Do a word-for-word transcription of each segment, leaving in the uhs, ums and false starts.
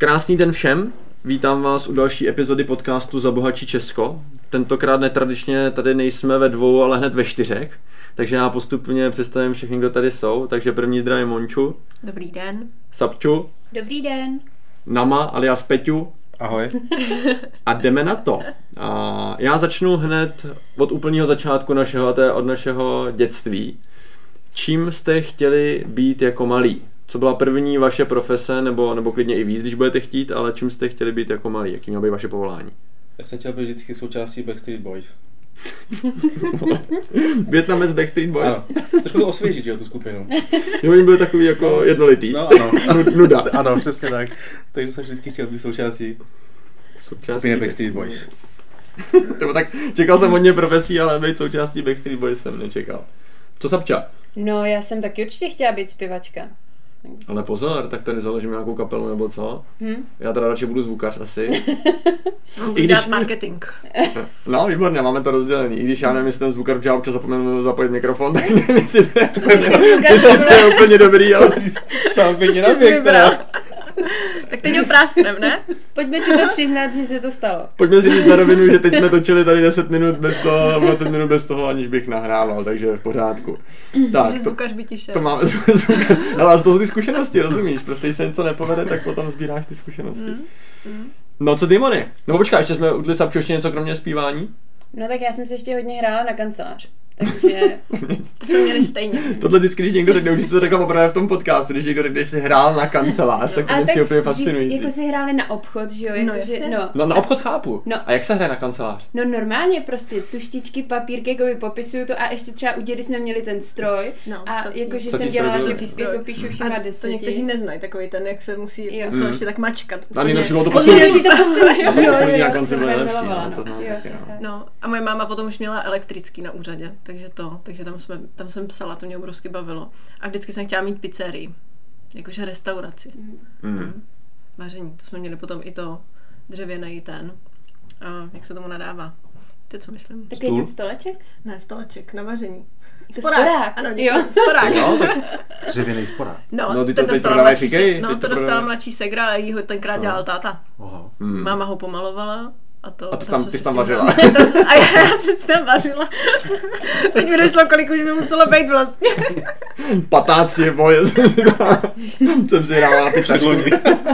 Krásný den všem, vítám vás u další epizody podcastu Zabohatí Česko. Tentokrát netradičně tady nejsme ve dvou, ale hned ve čtyřech, takže já postupně představím všechny, kdo tady jsou. Takže první zdravím Monču. Dobrý den. Sapču. Dobrý den. Nama alias Peťu. Ahoj. A jdeme na to. A já začnu hned od úplného začátku našeho, to je od našeho dětství. Čím jste chtěli být jako malí? Co byla první vaše profese, nebo, nebo klidně i víc, když budete chtít, ale čím jste chtěli být jako malí? Jaký mělo být vaše povolání? Já jsem chtěl být vždycky součástí Backstreet Boys. Vietnamec Backstreet Boys? Ano. Trošku to osvěžit, jo, tu skupinu. Jo, oni byli takový jako jednolitý. No, ano. Nuda. Ano, přesně tak. Takže jsem vždycky chtěl být součástí, součástí skupiny Backstreet Boys. Nebo tak čekal jsem hodně profesí, ale být součástí Backstreet Boys jsem nečekal. Co Sapča? No, já jsem taky určitě chtěla být zpěvačka. Ale pozor, tak tady založíme nějakou kapelu nebo co? Hmm? Já teda radši budu zvukař asi. I když... marketing. No, výborně, máme to rozdělený. I když já nevím, jestli ten zvukař, že já občas zapomenu zapojit mikrofon, tak nevím, jestli to je, to je úplně dobrý, ale... Sám pěkně na věk, Tak teď ho prásknem, ne? Pojďme si to přiznat, že se to stalo. Pojďme si říct na rovinu, že teď jsme točili tady deset minut bez toho, dvacet minut bez toho, aniž bych nahrával, takže v pořádku. Tak, to, zvukař by ti šel. To máme zvukař, ale z toho ty zkušenosti, rozumíš? Prostě když se něco nepovede, tak potom sbíráš ty zkušenosti. Mm, mm. No co ty, Moni? No počkej, ještě jsme udli Sapču ještě něco kromě zpívání? No tak já jsem se ještě hodně hrála na kancelář. Takže... to jsme měli stejně. Tohle vždycky, když někdo řekne, už jsi to řekla poprvé v tom podcastu, když někdo řekne, že jsi hrál na kancelář, tak to mě přijde úplně fascinující. Jako si hráli na obchod, že jo? Jako, no, že, no. no na obchod chápu. No. A jak se hraje na kancelář? No normálně prostě tuštičky, papírky, jako popisuju to a ještě třeba u dědy jsme měli ten stroj no, a jakože jsem dělala, že jako píšu všema deseti. To někteří neznají, takový ten, jak se musí musel ještě tak mačkat. A nejlepší bylo to posunout. Si to posunout. A to posunout na konci bylo lepší, to znám taky. No a moje máma potom už měla elektrický na úřadě, takže to, takže tam jsme, tam jsem psala, to mě obrovsky bavilo. A vždycky jsem chtěla mít pizzerii, jakože restauraci. Mm. Mm. Vaření, to jsme měli potom i to dřevěný ten, a jak se tomu nadává. Víte, co myslím? Takový ten stoleček? Ne, stoleček, na vaření. Jako sporák. sporák. Ano, jo, sporák. No, tak dřevěný sporák. No, no ty to to teď dostala mladší, říkej, no, to dostala mladší segra, ale jí ho tenkrát dělal no. táta. Aha. Hmm. Máma ho pomalovala. A, to, a ty tam, ty jsi tam vařila. A já, já jsem tam vařila. Teď mi došlo, kolik už by muselo být vlastně. patnáct boje jsem si dala. Jsem si hrála na pizzařinu.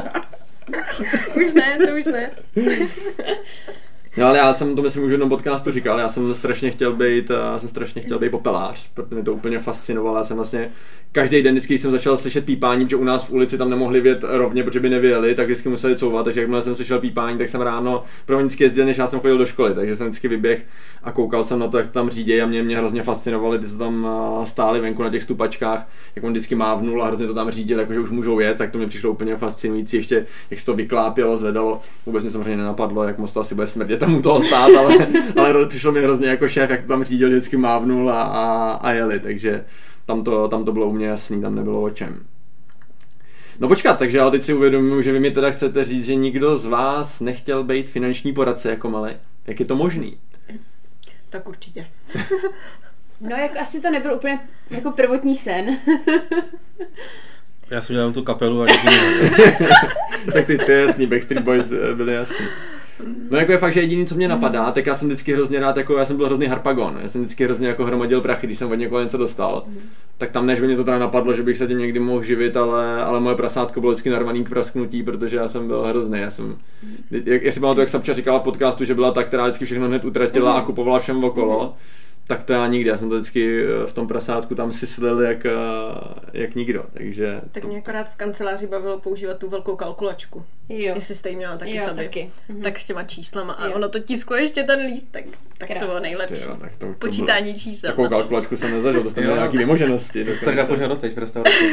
Už ne, to už ne. No ale já jsem to myslím už v jednom podcastu říkal, já jsem strašně chtěl být, já jsem strašně chtěl být popelář, protože mě to úplně fascinovalo, já jsem vlastně každý den vždycky, když jsem začal slyšet pípání, že u nás v ulici tam nemohli vjet rovně, protože by nevyjeli, tak vždycky museli couvat, takže jakmile jsem slyšel pípání, tak jsem ráno pro mě vždycky jezdil, než já jsem chodil do školy, takže jsem vždycky vyběh a koukal jsem na to, jak to tam řídí a mě, mě hrozně fascinovali, ty se tam stáli venku na těch stupačkách, jak on vždycky mávnul a hrozně to tam řídil, jakože už můžou jet, tak to mě přišlo úplně fascinující, ještě jak se to vyklápělo, zvedalo, vůbec mě samozřejmě nenapadlo, jak moc to asi bude smrdět tam u toho stát, ale, ale přišlo mi hrozně jako šéf, jak to tam řídil, vždycky mávnul a, a, a jeli, takže tam to, tam to bylo u mě jasný, tam nebylo o čem. No počkat, takže já teď si uvědomuji, že vy mi teda chcete říct, že nikdo z vás nechtěl být finanční poradce jako malý. Jak je to možný? Tak určitě. No jako asi to nebyl úplně jako prvotní sen. Já jsem dělal tu kapelu a nic Tak ty, ty jasný, Backstreet Boys byly jasný. No jako je fakt, že jediný, co mě napadá, tak já jsem vždycky hrozně rád, jako já jsem byl hrozný harpagon, já jsem vždycky hrozně jako hromadil prachy, když jsem od někoho něco dostal, tak tam než by mě to teda napadlo, že bych se tím někdy mohl živit, ale, ale moje prasátko bylo vždycky narvaný k prasknutí, protože já jsem byl hrozný, já jsem, jak, jestli bylo to, jak Sapča říkala v podcastu, že byla ta, která vždycky všechno hned utratila a kupovala všem okolo, tak to já nikdy, já jsem to vždycky v tom prasátku tam syslil jak, jak nikdo, takže... Tak mě akorát v kanceláři bavilo používat tu velkou kalkulačku. Jo. Jestli jste ji měla taky jo, sobě. Taky. Tak s těma číslama a jo. Ono to tisklo ještě ten lístek, tak Krásný. To bylo nejlepší. Jo, tak to, to počítání bylo, čísel. Takovou kalkulačku jsem nezažil, to jste měl nějaký vymoženosti. To jste tak napožil doteď v restauraci.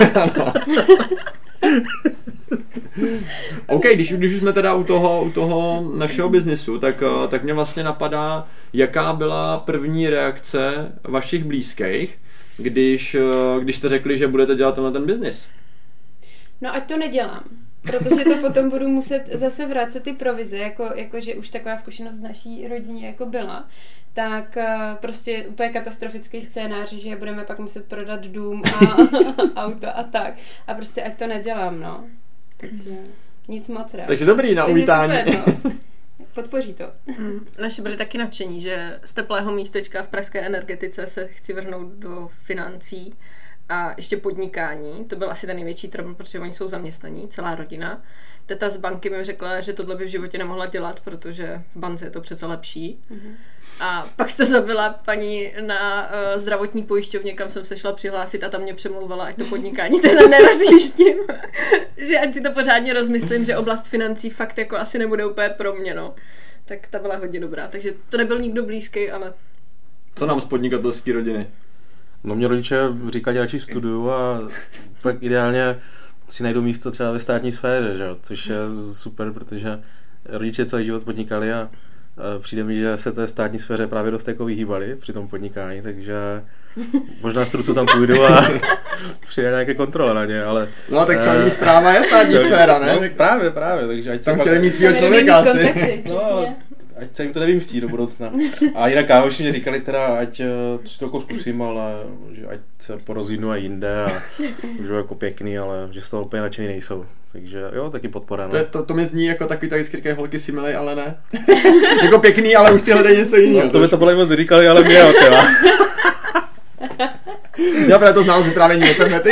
OK, když, když už jsme teda u toho, u toho našeho biznisu, tak, tak mě vlastně napadá, jaká byla první reakce vašich blízkých, když, když jste řekli, že budete dělat tenhle ten biznis. No ať to nedělám, protože to potom budu muset zase vracet ty provize, jako, jako že už taková zkušenost v naší rodině jako byla. Tak prostě úplně katastrofický scénář, že budeme pak muset prodat dům a auto a tak. A prostě ať to nedělám, no. Takže... Nic moc rád. Takže dobrý na uvítání. Takže super, no. Podpoří to. Mm. Naši byli taky nadšení, že z teplého místečka v pražské energetice se chci vrhnout do financí a ještě podnikání. To byl asi ten největší trouble, protože oni jsou zaměstnaní, celá rodina. Teta z banky mi řekla, že tohle by v životě nemohla dělat, protože v bance je to přece lepší. Mm-hmm. A pak jste zabila paní na uh, zdravotní pojišťovně, kam jsem se šla přihlásit a tam mě přemlouvala, ať to podnikání teda nerozjíždím. Že ať si to pořádně rozmyslím, že oblast financí fakt jako asi nebude úplně pro mě, no. Tak ta byla hodně dobrá. Takže to nebyl nikdo blízký, ale... Co nám z podnikatelské rodiny? No mě rodiče říkají, radši studuju a pak ideálně si najdu místo třeba ve státní sféře, že? Což je super, protože rodiče celý život podnikali a přijde mi, že se té státní sféře právě dost jako vyhýbali při tom podnikání, takže možná z trucu tam půjdu a přijde nějaké kontrole na ně, ale... No tak celní správa je státní sféra, ne? No, právě, právě, takže ať tam chtěli mít svýho člověka asi. No, ať se jim to nevymstí do budoucna. A jinak kámoši mě říkali teda, ať si to jako zkusím, ale že ať se porozjídnu a jinde a že jako pěkný, ale že z toho úplně nadšený nejsou. Takže jo, taky podpora. No. To, to, to mi zní jako takový tady skryté holky si milej, ale ne. Jako pěkný, ale už si hledají něco jiného. No, to by to bylo moc říkali, ale mě jo, třeba. Já právě to znám z vyprávění internety.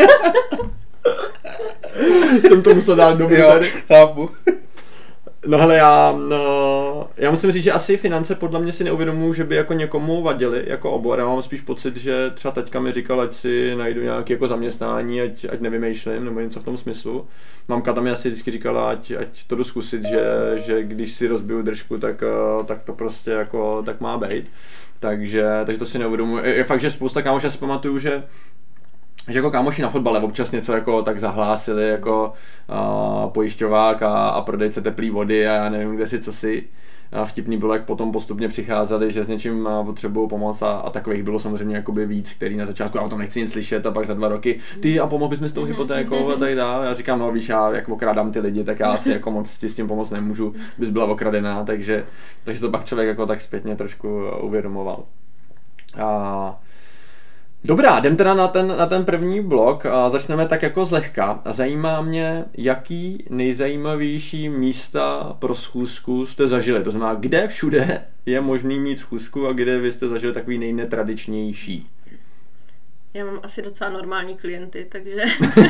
Jsem to musel dát domů tady. Chápu. No hele, já, no, já musím říct, že asi finance podle mě si neuvědomuji, že by jako někomu vadily jako obor. Já mám spíš pocit, že třeba teďka mi říkal, ať si najdu nějaké jako zaměstnání, ať, ať nevymýšlím, nebo něco v tom smyslu. Mamka tam mi asi vždycky říkala, ať, ať to jdu zkusit, že, že když si rozbiju držku, tak, tak to prostě jako tak má být. Takže, takže to si neuvědomuji. Je fakt, že spousta kámošů, já si pamatuju, že že jako kámoši na fotbale občas něco jako tak zahlásili jako uh, pojišťovák a, a prodejce teplý vody a já nevím kde si co si. A vtipný bylo, jak potom postupně přicházeli, že s něčím potřebují pomoct a, a takových bylo samozřejmě jakoby víc, který na začátku já o tom nechci nic slyšet a pak za dva roky ty a pomohl bys mi s tou hypotékou a tak dále. Já říkám, no víš, já jak okrádám ty lidi, tak já asi jako moc ti s tím pomoct nemůžu, bys byla okradená, takže, takže to pak člověk jako tak zpětně trošku uvědomoval. A dobrá, jdem teda na ten, na ten první blok a začneme tak jako zlehka a zajímá mě, jaký nejzajímavější místa pro schůzku jste zažili, to znamená, kde všude je možný mít schůzku a kde vy jste zažili takový nejnetradičnější. Já mám asi docela normální klienty, takže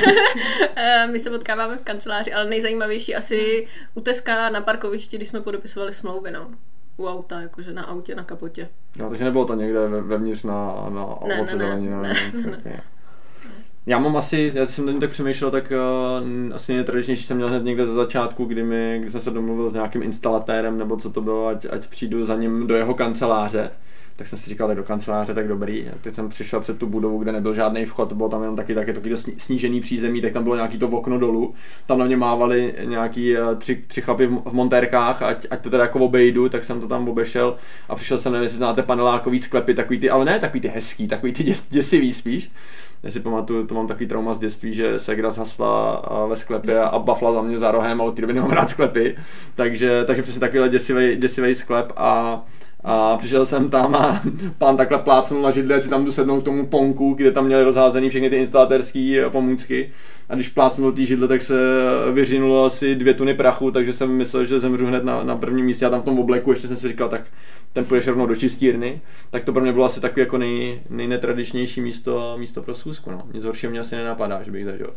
my se potkáváme v kanceláři, ale nejzajímavější asi u Teska na parkovišti, když jsme podepisovali smlouvy, no. U auta, jakože na autě, na kapotě. No, takže nebylo to někde ve, vevnitř na, na ovoce zelenina. Ne, ne, ne. Já mám asi, já jsem tady tak přemýšlel, tak uh, asi nejtradičnější jsem měl hned někde ze začátku, kdy, mi, kdy jsem se domluvil s nějakým instalatérem, nebo co to bylo, ať, ať přijdu za ním do jeho kanceláře. Tak jsem si říkal, tak do kanceláře, tak dobrý. A teď jsem přišel před tu budovu, kde nebyl žádný vchod, bylo tam jenom taky taky taky snížený přízemí, tak tam bylo nějaký to okno dolů. Tam na mě mávali nějaký tři, tři chlapy v, v montérkách, ať, ať to teda jako obejdu, tak jsem to tam obešel a přišel jsem, nevím, jestli znáte panelákový sklepy, takový ty, ale ne takový ty hezký, takový ty děs, děsivý spíš. Já si pamatuju, to mám takový trauma z dětství, že segra zhasla ve sklepě a bafla za mě za rohem a od té doby nemám rád sklepy. Takže, takže přesně takovýhle děsivý, děsivý sklep a A přišel jsem tam a pán takhle plácnul na židli, ať si tam jdu sednout k tomu ponku, kde tam měli rozházený všechny ty instalatérský pomůcky. A když plácnul do té židle, tak se vyřinulo asi dvě tuny prachu, takže jsem myslel, že zemřu hned na, na prvním místě. A tam v tom obleku ještě jsem si říkal, tak ten půjdeš rovnou do čistírny. Tak to pro mě bylo asi takový jako nej, nejnetradičnější místo, místo pro schůzku. No. Nic horšího mě asi nenapadá, že bych zažil.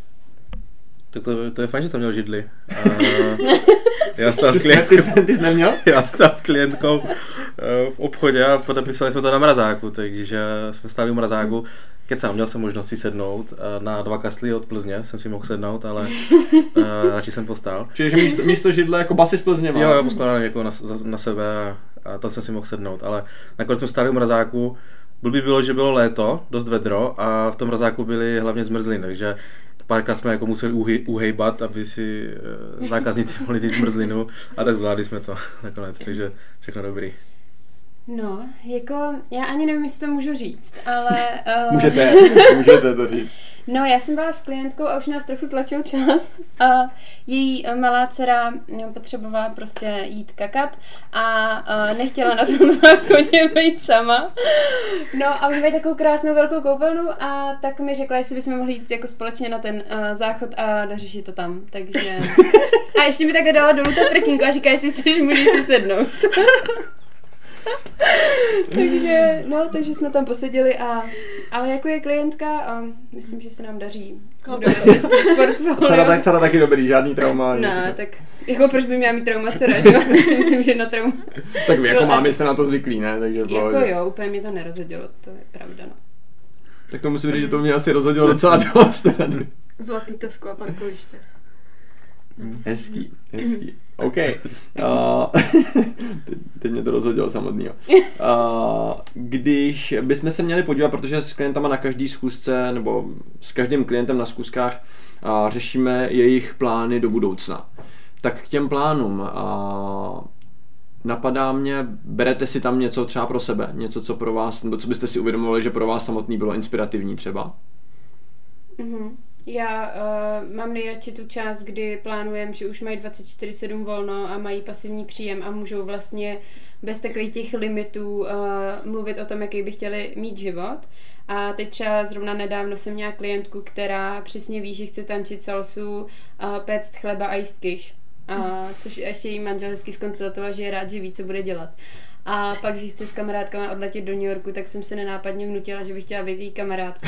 Tak to, to je fajn, že jsi tam měl židli. Uh, já stál s klientkou, ty, ty jsi neměl? Já stál s klientkou uh, v obchodě a podepisovali jsme to na mrazáku, takže jsme stáli u mrazáku. Kecám, měl jsem možnost si sednout uh, na dva kasly od Plzně, jsem si mohl sednout, ale uh, radši jsem postál. Čiže místo, místo židle jako basy z Plzně má? Jo, já poskládaný jako na, na sebe a, a tam jsem si mohl sednout, ale nakonec jsme stáli u mrazáku. Blbý bylo, že bylo léto, dost vedro a v tom mrazáku byly hlavně zmrzliny, takže párkrát jsme jako museli uhy, uhejbat, aby si e, zákazníci mohli vzít zmrzlinu a tak zvládli jsme to nakonec, takže všechno dobrý. No, jako já ani nevím, jestli to můžu říct, ale... Uh... Můžete, můžete to říct. No, já jsem byla s klientkou a už nás trochu tlačil čas a její malá dcera potřebovala prostě jít kakat a nechtěla na tom záchodě být sama. No a oni mají takovou krásnou velkou koupelnu a tak mi řekla, jestli bychom mohli jít jako společně na ten uh, záchod a dořešit to tam, takže... A ještě mi takhle dala dolů ta prkínku a říká, jestli chceš, můžeš si sednout. takže, no, takže jsme tam poseděli a, ale jako je klientka a myslím, že se nám daří. Dcera tak, dcera taky dobrý, žádný trauma. Ne, tak jako proč by měla mít trauma dcera, že jo? Si myslím, že na trauma. Tak vy jako mámy jste na to zvyklí, ne? Takže jako jo, úplně mě to nerozhodilo, to je pravda, no. Tak to musím říct, že to mě asi rozhodilo docela dost. Zlatý Tesco a parkoviště. Hezký, hezký. OK. Uh, teď, teď mě to rozhodilo samotného. Uh, když bychom se měli podívat, protože s klientama na každý schůzce, nebo s každým klientem na schůzkách uh, řešíme jejich plány do budoucna. Tak k těm plánům uh, napadá mě, berete si tam něco třeba pro sebe, něco, co pro vás, nebo co byste si uvědomovali, že pro vás samotný bylo inspirativní třeba? Mhm. Já uh, mám nejradši tu část, kdy plánujeme, že už mají dvacet čtyři sedm volno a mají pasivní příjem a můžou vlastně bez takových těch limitů uh, mluvit o tom, jaký by chtěli mít život. A teď třeba zrovna nedávno jsem měla klientku, která přesně ví, že chce tančit salsu, uh, péct chleba a jíst kyš. Uh, což ještě jí manžel hezky zkonstatoval, že je rád, že ví, co bude dělat. A pak, že chce s kamarádkama odletět do New Yorku, tak jsem se nenápadně vnutila, že bych chtěla být její kamarádka.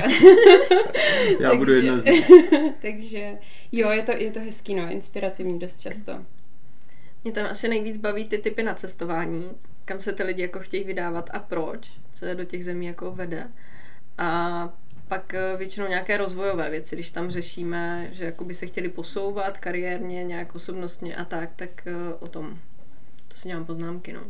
Já takže, budu jedna z nich. Takže jo, je to, je to hezký, no, inspirativní dost často. Mě tam asi nejvíc baví ty typy na cestování, kam se ty lidi jako chtějí vydávat a proč, co je do těch zemí jako vede. A pak většinou nějaké rozvojové věci, když tam řešíme, že jako by se chtěli posouvat kariérně, nějak osobnostně a tak, tak o tom. To si dělám poznámky, no.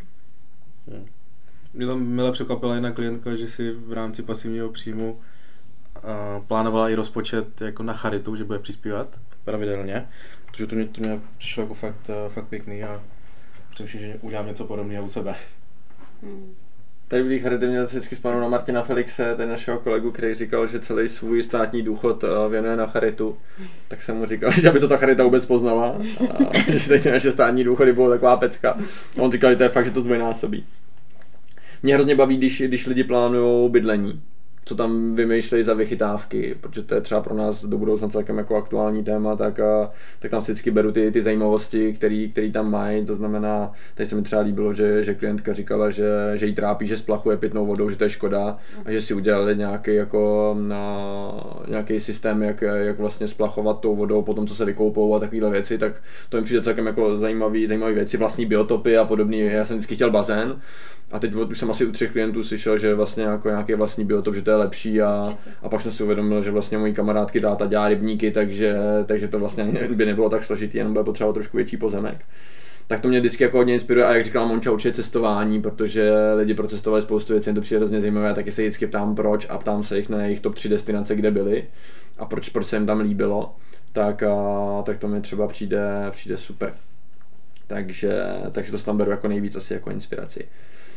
Mě tam mile překvapila jedna klientka, že si v rámci pasivního příjmu uh, plánovala i rozpočet jako na charitu, že bude přispívat pravidelně, protože to mě, to mě přišlo jako fakt, uh, fakt pěkný a přemýšlím, že udělám něco podobného u sebe. Hmm. Tady v té charity mě vždycky vzpomenu na Martina Felixe, ten našeho kolegu, který říkal, že celý svůj státní důchod věnuje na charitu. Tak jsem mu říkal, že aby to ta charita vůbec poznala, a že tady ty naše státní důchody bylo taková pecka. A on říkal, že to je fakt, že to zdvojnásobí. Mě hrozně baví, když, když lidi plánují bydlení, co tam vymýšlejí za vychytávky, protože to je třeba pro nás do budoucna celkem jako aktuální téma, tak, a, tak tam vždycky beru ty, ty zajímavosti, který, který tam mají, to znamená, tady se mi třeba líbilo, že, že klientka říkala, že, že jí trápí, že splachuje pitnou vodou, že to je škoda a že si udělali nějaký, jako, na, nějaký systém, jak, jak vlastně splachovat tou vodou po tom, co se vykoupou a takovéhle věci, tak to mi přijde celkem jako zajímavý, zajímavý věci, vlastní biotopy a podobný. Já jsem vždycky chtěl bazén a teď už jsem asi u třech klientů slyšel, že vlastně jako nějaký vlastní biotop, že to je lepší a, a pak jsem si uvědomil, že vlastně mojí kamarádky táta dělá rybníky, takže, takže to vlastně by nebylo tak složitý, jenom bude potřebovat trošku větší pozemek. Tak to mě vždycky jako hodně inspiruje a jak říkala Monča, určitě cestování, protože lidi procestovali spoustu věcí, to přijde hrozně zajímavé a taky se vždycky ptám proč a ptám se jich na jejich top tři destinace, kde byli a proč, proč se jim tam líbilo, tak, a, tak to mi třeba přijde, přijde super. Takže, takže to tam beru jako nejvíc asi jako inspiraci.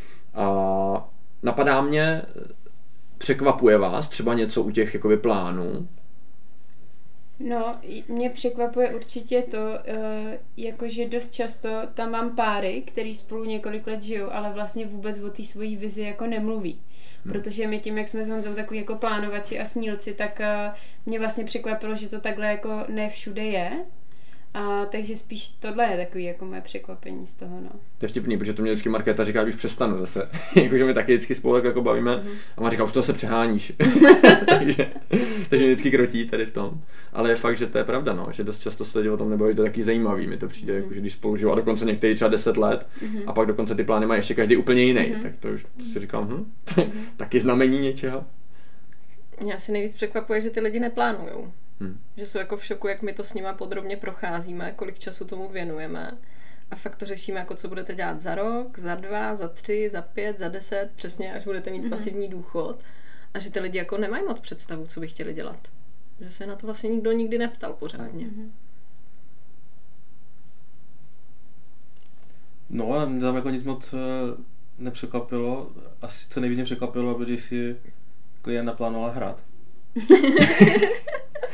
A napadá mě, překvapuje vás třeba něco u těch jakoby plánů? No, mě překvapuje určitě to, jakože dost často tam mám páry, který spolu několik let žijou, ale vlastně vůbec o té svojí vizi jako nemluví. Hmm. Protože my tím, jak jsme s Honzou takový jako plánovači a snílci, tak mě vlastně překvapilo, že to takhle jako ne všude je. A takže spíš tohle je takový jako moje překvapení z toho, no. To je vtipný, protože to mě vždycky Markéta říká, že už přestanu zase. Jakože my taky vždycky spolu jako bavíme mm-hmm. a má říká, už to se přeháníš. takže, takže mě vždycky krotí tady v tom. Ale je fakt, že to je pravda, no, že dost často se lidi o tom nebaví, to je taky zajímavý, mi to přijde, mm-hmm. jako, že když spolu žijou a dokonce některý třeba deset let mm-hmm. a pak dokonce ty plány mají ještě každý úplně jiný, mm-hmm. tak to už to si říkám, hm, to je taky znamení něčeho. Mě asi nejvíc překvapuje, že ty lidi neplánujou. Hmm. Že jsou jako v šoku, jak my to s nima podrobně procházíme, kolik času tomu věnujeme a fakt to řešíme, jako co budete dělat za rok, za dva, za tři, za pět, za deset, přesně až budete mít mm-hmm. pasivní důchod a že ty lidi jako nemají moc představu, co by chtěli dělat. Že se na to vlastně nikdo nikdy neptal pořádně. Mm-hmm. No ale mě tam jako nic moc nepřekvapilo. Asi co nejvíc mě překvapilo, když si klient naplánoval hrát.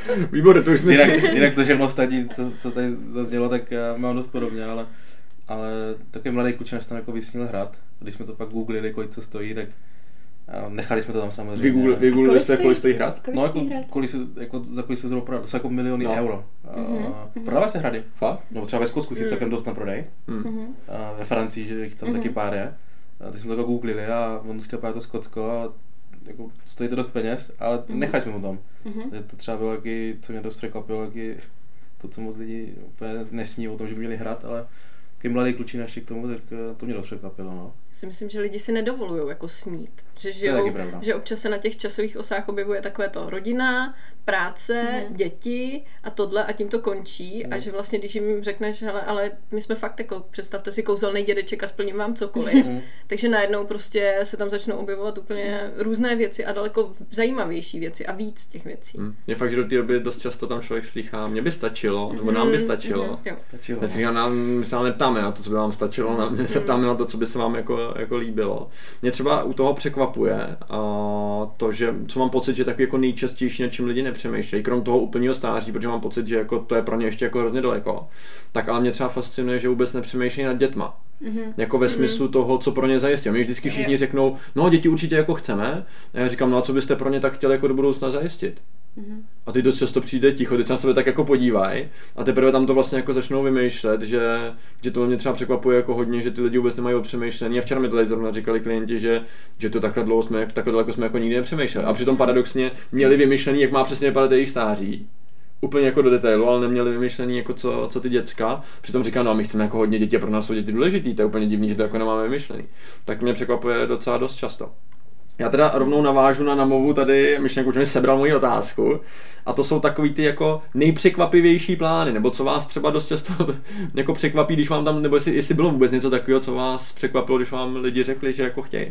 Výborně, to už jsme jinak, si... jinak to všechno ostatní, co, co tady zaznělo, tak já mám dost podobně, ale, ale takový mladý kučenec tam jako vysnil hrát. Když jsme to pak googlili, kolik co stojí, tak nechali jsme to tam samozřejmě. Vygooglili jste, kolik stojí hrad? Kolik no, jako, kolik se, jako, za kolik se zrovna prodat, to jsou jako miliony no. euro. Mm-hmm. Uh, prodávají se hrady. Fakt? No třeba ve Skotsku je celkem dost na prodej. Mm. Uh, ve Francii, že jich tam mm-hmm. taky pár je. Uh, tak jsme to jako googlili a on chtěl právě to Skotsko, ale jako stojí to dost peněz, ale mm-hmm. nechali jsme mu tam. Mm-hmm. Takže to třeba bylo taky, co mě dost překvapilo, taky to, co moc lidi úplně nesní o tom, že by měli hrát, ale když mladý klučí ještě k tomu, tak to mě dost překvapilo. No. Já si myslím, že lidi si nedovolují jako snít. Že, žijou, že občas se na těch časových osách objevuje takové to rodina, práce, mm. děti a tohle a tím to končí. Mm. A že vlastně, když jim řekneš, hele, ale my jsme fakt jako, představte si kouzelný dědeček a splním vám cokoliv. Mm. Takže najednou prostě se tam začnou objevovat úplně různé věci a daleko zajímavější věci a víc těch věcí. Mm. Je fakt, že do té doby dost často tam člověk slychá, mně by stačilo, nebo nám by stačilo. Mm. Jo. Stačilo. Já si říkám, nám, my se neptáme na to, co by vám stačilo, na, my se ptáme na to, co by se vám jako, jako líbilo. Mě třeba u toho překvapuje a to, že co mám pocit, že takový jako nejčastější, nad čím lidi nepřemýšlejí, krom toho úplného stáří, protože mám pocit, že jako to je pro ně ještě jako hrozně daleko, tak ale mě třeba fascinuje, že vůbec nepřemýšlejí nad dětma. Mm-hmm. Jako ve smyslu mm-hmm. toho, co pro ně zajistí. Mě vždycky všichni řeknou, no děti určitě jako chceme, a já říkám, no a co byste pro ně tak chtěli jako do budoucna zajistit? Mm-hmm. A teď dost často přijde ticho, teď se na sebe tak jako podívají a teprve tam to vlastně jako začnou vymýšlet, že, že to mě třeba překvapuje jako hodně, že ty lidi vůbec nemají přemýšlení. A včera mi to tady zrovna říkali klienti, že, že to takhle dlouho jsme, takhle daleko jsme jako nikdy nepřemýšleli. A přitom paradoxně měli vymyšlený, jak má přesně vypadat jejich stáří. Úplně jako do detailu, ale neměli vymyšlený jako co, co ty děcka. Přitom říkám, no a my chceme jako hodně děti, pro nás jsou děti důležitý, to je úplně divný, že to jako nemáme vymyšlený. Tak mě překvapuje docela dost často. Já teda rovnou navážu na Namovu tady, myšlenku, že mi sebral moji otázku. A to jsou takový ty jako nejpřekvapivější plány, nebo co vás třeba dost často jako překvapí, když vám tam, nebo jestli, jestli bylo vůbec něco takového, co vás překvapilo, když vám lidi řekli, že jako chtějí.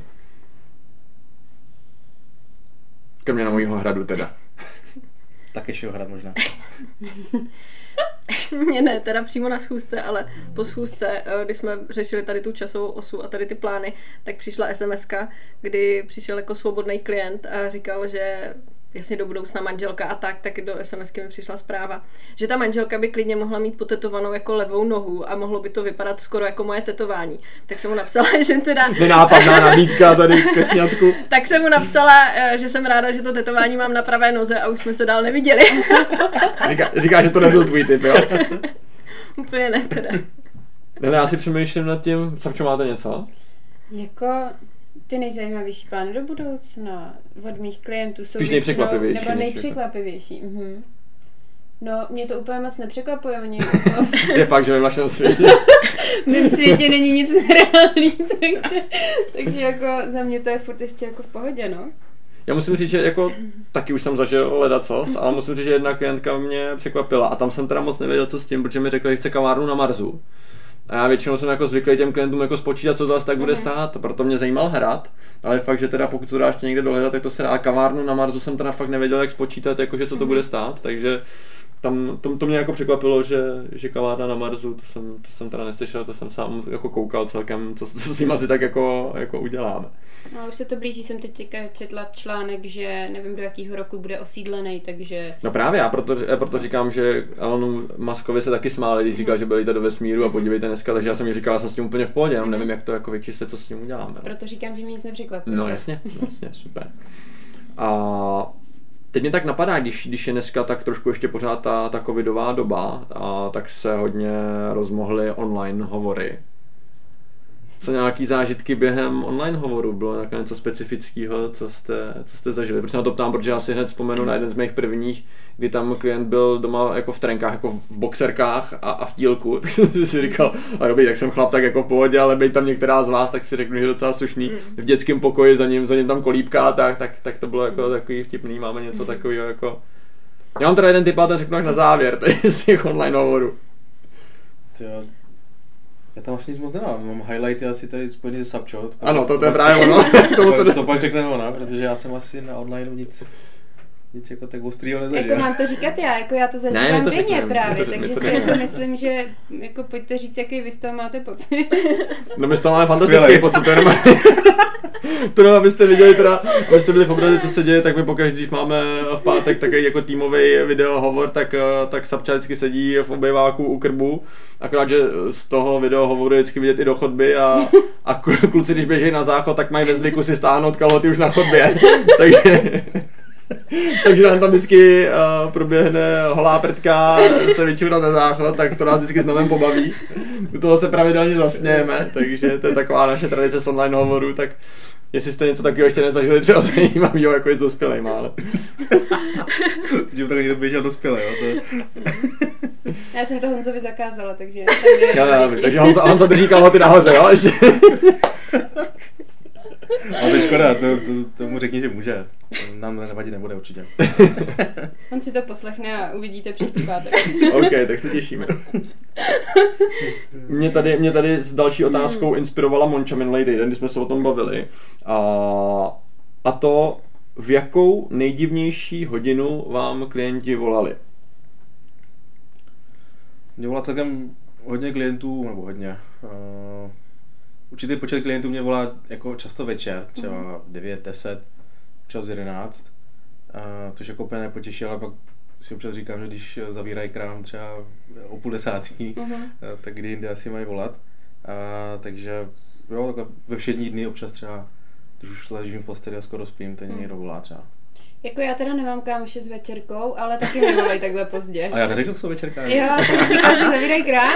Kromě na mojího hradu teda. Takešiho hrad možná. Mně ne, teda přímo na schůzce, ale po schůzce, když jsme řešili tady tu časovou osu a tady ty plány, tak přišla es em eska, kdy přišel jako svobodný klient a říkal, že jasně do budoucna manželka a tak, tak do es em esky mi přišla zpráva, že ta manželka by klidně mohla mít potetovanou jako levou nohu a mohlo by to vypadat skoro jako moje tetování. Tak jsem mu napsala, že teda... Nenápadná nabídka tady ke sňatku. Tak jsem mu napsala, že jsem ráda, že to tetování mám na pravé noze a už jsme se dál neviděli. Říká, říká že to nebyl tvůj typ, jo? Úplně ne teda. Ne, já si přemýšlím nad tím, Savčo, máte něco? Jako... Ty nejzajímavější plány do budoucna od mých klientů jsou spíš nejpřekvapivější. Nebo nejpřekvapivější. Mhm. No, mě to úplně moc nepřekvapuje. Oni jako... Je fakt, že ve vašem světě. V mém světě není nic nereálný, takže, takže jako za mě to je furt ještě jako v pohodě, no. Já musím říct, že jako taky už jsem zažil ledacos, ale musím říct, že jedna klientka mě překvapila a tam jsem teda moc nevěděl, co s tím, protože mi řekla, že chce kavárnu na Marsu. A já většinou jsem jako zvyklý těm klientům jako spočítat, co to asi tak bude stát, proto mě zajímal hrad, ale fakt, že teda pokud to dáš někde dohledat, tak to se dá. Kavárnu na Marsu jsem teda fakt nevěděl, jak spočítat, jakože co to bude stát, takže tam to, to mě jako překvapilo, že, že kavárna na Marsu, to jsem, to jsem teda neslyšel, to jsem sám jako koukal celkem, co, co s tím asi tak jako, jako uděláme. No, už se to blíží, jsem teď četla článek, že nevím, do jakého roku bude osídlený, takže... No právě, já proto, proto říkám, že Elonu Muskovi se taky smáli, když říkal, že byl jít do vesmíru a podívejte dneska, takže já jsem mi říkal, já jsem s tím úplně v pohodě, jenom nevím, jak to jako vyčistit, co s tím uděláme. Proto říkám, že mě nic nepřekvapí. No jasně, jasně, super. A teď mě tak napadá, když, když je dneska tak trošku ještě pořád ta, ta covidová doba, a tak se hodně rozmohly online hovory. Co nějaký zážitky během online hovoru? Bylo nějaké něco specifického, co jste, co jste zažili? Proč se na to ptám, protože já si hned vzpomenu na jeden z mých prvních, kdy tam klient byl doma jako v trenkách, jako v boxerkách a, a v tílku, tak jsem si říkal, a dobrý, tak jsem chlap tak jako v pohodě, ale být tam některá z vás, tak si řeknu, že docela slušný. V dětském pokoji, za ním, za ním tam kolíbka, tak, tak, tak to bylo jako takový vtipný, máme něco takového jako... Já mám teda jeden typ, a ten řeknu až na závěr, tady z těch online hovorů. Já tam vlastně nic moc nemám, mám highlighty asi tady spojený se Sapčo. Ano, to, to je právě ono. to, to, to pak řekne ona, protože já jsem asi na online nic, nic jako tak ostrýho nezažil. Jako mám to říkat já, jako já to zažívám denně právě, to, takže si jako myslím, že jako pojďte říct, jaký vy z toho máte pocit. No my z toho máme fantastický pocit, to je To no, abyste viděli teda, abyste byli v obraze, co se děje, tak my pokaždé, když máme v pátek takový jako týmový videohovor, tak, tak Sapča vždycky sedí v obejváku u krbu, akorát, že z toho videohovoru je vždycky vidět i do chodby a, a kluci, když běžejí na záchod, tak mají ve zvyku si stáhnout kalhoty už na chodbě, takže... Takže nám tam vždycky uh, proběhne holá prdka, se vyčurat na záchod, tak to nás vždycky znovu pobaví. U toho se pravidelně zasmějeme, takže to je taková naše tradice z online hovoru, tak jestli jste něco takového ještě nezažili, třeba zajímavého jako i s dospělejma, ale... Že tak někdo běžel dospělej, jo? To... Já jsem to Honzovi zakázala, takže... Já, já, takže Honza, Honza drží kalhoty nahoře, jo? Ještě. Ale to je škoda, to, to, tomu řekni, že může. Nám nevadit nebude určitě. On si to poslechne a uvidíte příští pátek. OK, tak se těšíme. Mě tady, mě tady s další otázkou inspirovala Monča minulý týden, když jsme se o tom bavili. A, a to, v jakou nejdivnější hodinu vám klienti volali? Mě volá celkem hodně klientů, nebo hodně... Uh... Určitý počet klientů mě volá jako často večer, třeba v devět, deset, čas jedenáct, což jako úplně nepotěší, ale pak si občas říkám, že když zavírají krám třeba o půl desátý, uh-huh. tak kdy jinde asi mají volat. A, takže jo, takhle ve všední dny občas třeba, když už ležím v posteli a skoro spím, tak mě někdo volá třeba. Jako já teda nemám kámoše s večerkou, ale taky mi volají takhle pozdě. A já neřekl, co večerka. Jo, tak říkám, že zavírají krám.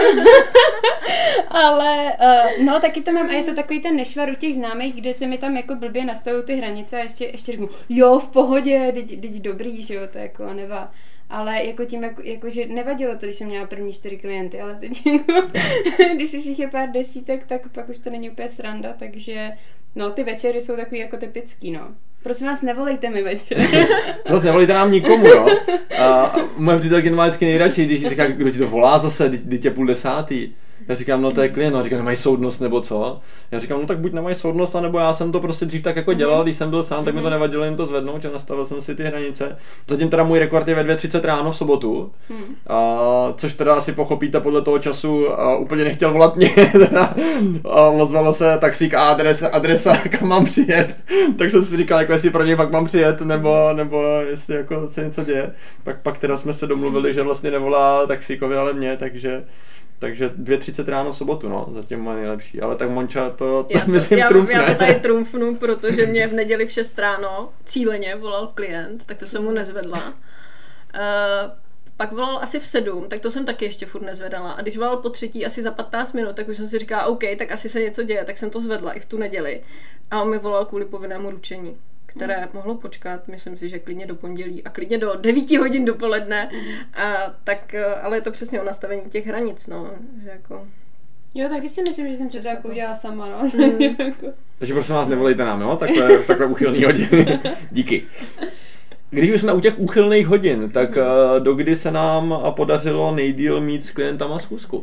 Ale uh, no taky to mám a je to takový ten nešvar u těch známých, kde se mi tam jako blbě nastavují ty hranice a ještě, ještě řeknu, jo, v pohodě, teď, teď dobrý, že jo, to jako nevá. Ale jako tím, jako, jako, že nevadilo to, když jsem měla první čtyři klienty, ale teď jako, když už jich je pár desítek, tak pak už to není úplně sranda, takže no ty večery jsou takový jako typický, no. Prosím vás, nevolejte mi večer. Prostě nevolejte nám nikomu, jo. A moje přítelkyně má vždycky nejradši, když říká, kdo ti to volá zase, teď je půl desátý. Já říkám, no to je klient, no, říkám, nemají soudnost nebo co? Já říkám, no tak buď nemají soudnost, anebo já jsem to prostě dřív tak jako dělal, když jsem byl sám, tak mi to nevadilo jim to zvednout, že nastavil jsem si ty hranice. Zatím teda můj rekord je ve dvě třicet ráno v sobotu, a, což teda asi pochopíte podle toho času, a úplně nechtěl volat mě, teda, a ozvalo se taxík a adresa, adresa, kam mám přijet, tak jsem si říkal, jako jestli pro něj fakt mám přijet, nebo, nebo jestli jako se něco děje. Pak, pak teda jsme se domluvili, že vlastně nevolá taxíkovi, ale mě, takže Takže dvě třicet ráno v sobotu, no, zatím má nejlepší, ale tak Monča to, to, to myslím já, trumfne. Já to tady trumfnu, protože mě v neděli v šest ráno cíleně volal klient, tak to jsem mu nezvedla. Uh, pak volal asi v sedm, tak to jsem taky ještě furt nezvedala. A když volal po třetí asi za patnáct minut, tak už jsem si říkala, OK, tak asi se něco děje, tak jsem to zvedla i v tu neděli. A on mi volal kvůli povinnému ručení, které mm. mohlo počkat, myslím si, že klidně do pondělí a klidně do devíti hodin dopoledne. Mm. A tak, ale je to přesně o nastavení těch hranic, no, že jako... Jo, taky si myslím, že jsem to jako udělala sama, no. Mm. Takže prosím vás, nevolejte nám, jo, takhle, v takhle úchylný hodiny. Díky. Když už jsme u těch úchylných hodin, tak mm. dokdy se nám podařilo nejdýl mít s klientama schůzku?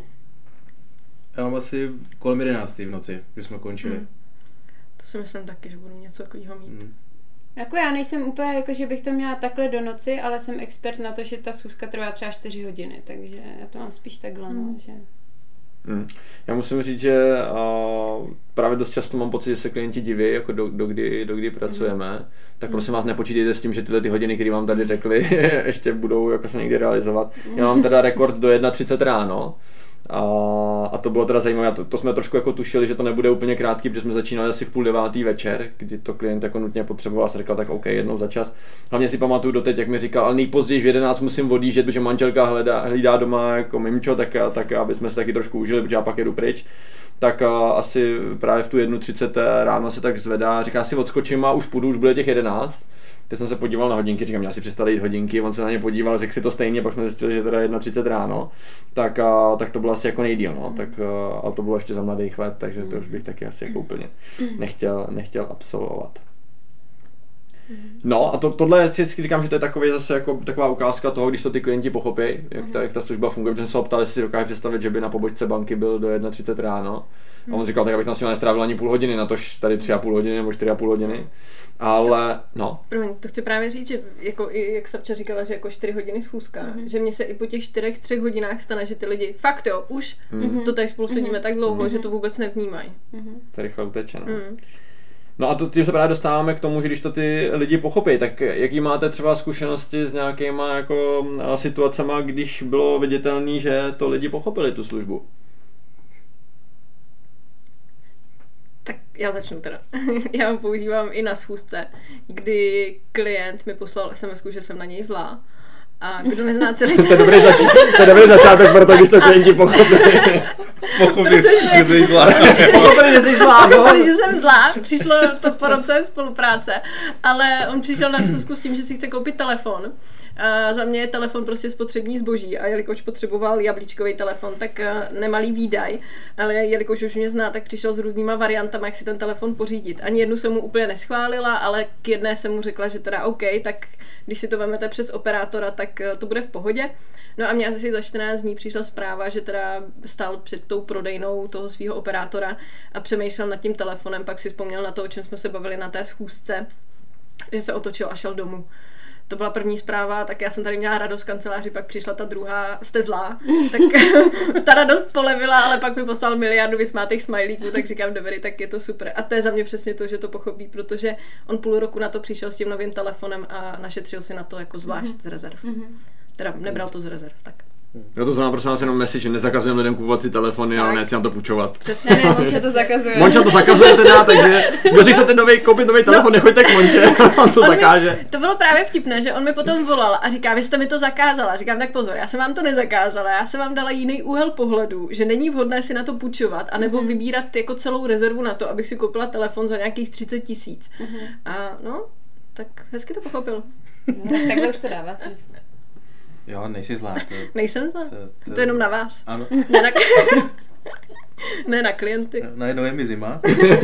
Já mám asi kolem jedenácté v noci, když jsme končili. Mm. To si myslím taky, že budu něco takového mít. Mm. Jako já nejsem úplně, jako že bych to měla takhle do noci, ale jsem expert na to, že ta schůzka trvá třeba čtyři hodiny, takže já to mám spíš takhle, mm. no, že... Hmm. Já musím říct, že uh, právě dost často mám pocit, že se klienti diví, jako do, do, kdy, do kdy pracujeme, mm. tak prosím vás nepočítejte s tím, že tyhle ty hodiny, které vám tady řekli, ještě budou jako se někdy realizovat. Mm. Já mám teda rekord do třicet jedna ráno. A, a to bylo teda zajímavé, to, to jsme trošku jako tušili, že to nebude úplně krátký, protože jsme začínali asi v půl devátý večer, kdy to klient jako nutně potřeboval, se říkal tak OK, jednou za čas. Hlavně si pamatuju doteď, jak mi říkal, ale nejpozději v jedenáct musím odjíždět, protože manželka hledá, hlídá doma jako mimčo, tak, tak aby jsme se taky trošku užili, protože já pak jedu pryč. Tak a, asi právě v tu jednu třicet ráno se tak zvedá, říká si odskočím a už půjdu, už bude těch jedenáct. Teď jsem se podíval na hodinky, říkám, já si přestal jít hodinky, on se na ně podíval, řekl si to stejně, pak jsme zjistili, že teda jedna třicet ráno, tak, a, tak to bylo asi jako nejdýl, no, tak, a, ale to bylo ještě za mladých let, takže to už bych taky asi jako úplně nechtěl, nechtěl absolvovat. No a to, tohle si vždycky říkám, že to je takový zase jako taková ukázka toho, když to ty klienti pochopí, jak ta, jak ta služba funguje, protože jsem se ho ptal, jestli si dokáže představit, že by na pobočce banky byl do jedna třicet ráno. A on říkal, tak abych tam s ním nestrávil ani půl hodiny, na tož tady tři a půl hodiny nebo čtyři a půl hodiny. Ale, no. Promiň, to chci právě říct, že jako i jak Sapča říkala, že jako čtyři hodiny schůzka, mm-hmm. že mně se i po těch čtyřech, třech hodinách stane, že ty lidi, fakt jo, už mm-hmm. to tady spolu sedíme mm-hmm. tak dlouho, mm-hmm. že to vůbec nevnímají. Mm-hmm. To rychle uteče, no. Mm. No a to tím se právě dostáváme k tomu, že když to ty lidi pochopí, tak jaký máte třeba zkušenosti s nějakýma jako situacema, když bylo viditelný, že to lidi pochopili tu službu? Tak já začnu teda. Já ho používám i na schůzce, kdy klient mi poslal es em esku, že jsem na něj zlá. A kdo nezná celý ten... to, je dobrý zač- to je dobrý začátek, proto když to klienti pochopili. Pochopili, že jsi zlá. Pochopili, že jsi zlá, no. Pochopili, že jsem zlá. Přišlo to po roce spolupráce. Ale on přišel na schůzku s tím, že si chce koupit telefon. A za mě je telefon prostě spotřební zboží a jelikož potřeboval jablíčkový telefon, tak nemalý výdaj, ale jelikož už mě zná, tak přišel s různýma variantama, jak si ten telefon pořídit. Ani jednu jsem mu úplně neschválila, ale k jedné jsem mu řekla, že teda OK, tak když si to vezmete přes operátora, tak to bude v pohodě. No a mě asi za čtrnáct dní přišla zpráva, že teda stál před tou prodejnou toho svého operátora a přemýšlel nad tím telefonem, pak si vzpomněl na to, o čem jsme se bavili na té schůzce, že se otočil a šel domů. To byla první zpráva, tak já jsem tady měla radost v kanceláři, pak přišla ta druhá, jste zlá, tak ta radost polevila, ale pak mi poslal miliardu vysmátých smajlíků, tak říkám, dobrý, tak je to super. A to je za mě přesně to, že to pochopí, protože on půl roku na to přišel s tím novým telefonem a našetřil si na to jako zvlášť mm-hmm. z rezerv. Mm-hmm. Teda nebral to z rezerv, tak. Jo, to znamená prosím vás jenom message, že nezakazujeme lidem kupovat si telefony, tak. Ale ne si na to půjčovat. Přesně, ne, Monča to zakazuje. Monča to zakazuje teda, takže kdo si chcete nový, koupit nový telefon, no. Nechoďte k Monče, on to on zakáže. Mi, to bylo právě vtipné, že on mi potom volal a říká, vy jste mi to zakázala. Říkám, tak pozor, já jsem vám to nezakázala, já jsem vám dala jiný úhel pohledu, že není vhodné si na to půjčovat, anebo mm-hmm. vybírat jako celou rezervu na to, abych si koupila telefon za nějakých třicet tisíc. Mm-hmm. A no, tak hezky to pochopil. No, takhle už to dává smysl. Jo, nejsi zlá. To, Nejsem zlá. To, to... to je jenom na vás. Ano. Ne na, ne na klienty. Najednou je mi zima.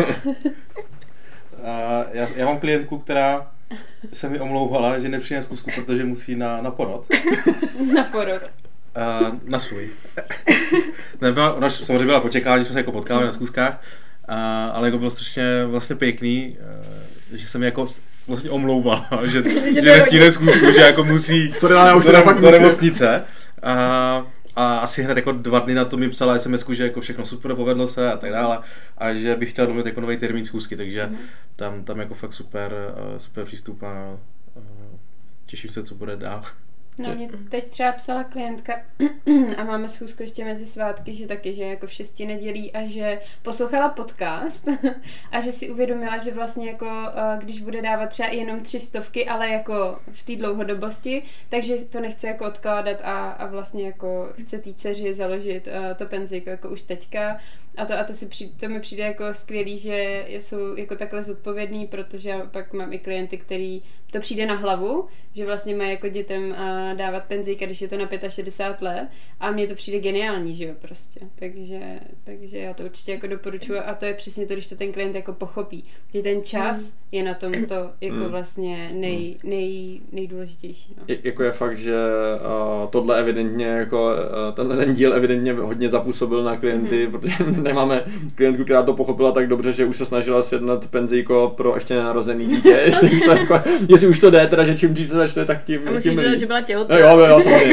A já, já mám klientku, která se mi omlouvala, že nepřijde zkusku, protože musí na, na porod. Na porod. A, na svůj. Nebyla, ona samozřejmě byla počekávání, jsme se jako potkávali na zkuskách, a, ale jako bylo strašně vlastně pěkný, že se mi jako vlastně omlouvala, že, že nestíne zkusku, že jako musí do, do nemocnice. A, a asi hned jako dva dny na to mi psala es em esku, že jako všechno super, povedlo se a tak dále. A že bych chtěla domluvit jako nový termín zkusky, takže mm. tam, tam jako fakt super, super přístup a těším se, co bude dál. No mě teď třeba psala klientka a máme schůzku ještě mezi svátky, že taky, že jako v šesti nedělí a že poslouchala podcast a že si uvědomila, že vlastně jako když bude dávat třeba jenom tři stovky, ale jako v té dlouhodobosti, takže to nechce jako odkládat a, a vlastně jako chce té dceři založit to penzijko jako už teďka. A to, a to, si přijde, to mi přijde jako skvělý, že jsou jako takhle zodpovědný, protože pak mám i klienty, který to přijde na hlavu, že vlastně mají jako dětem dávat penzijka, když je to na šedesát pět let a mně to přijde geniální, že jo, prostě. Takže, takže já to určitě jako doporučuji a to je přesně to, když to ten klient jako pochopí, že ten čas mm. je na tom to jako mm. vlastně nej, nej, nejdůležitější. No. Je, jako je fakt, že uh, tohle evidentně, jako uh, tenhle ten díl evidentně hodně zapůsobil na klienty, mm. protože nemáme klientku, která to pochopila tak dobře, že už se snažila sjednat penzijko pro ještě nenarozený dítě, jestli už to, jako, jestli už to jde, teda, že čím dřív se začne, tak tím a musíš říct, že byla těhotná. No jo, jo, jo, samozřejmě.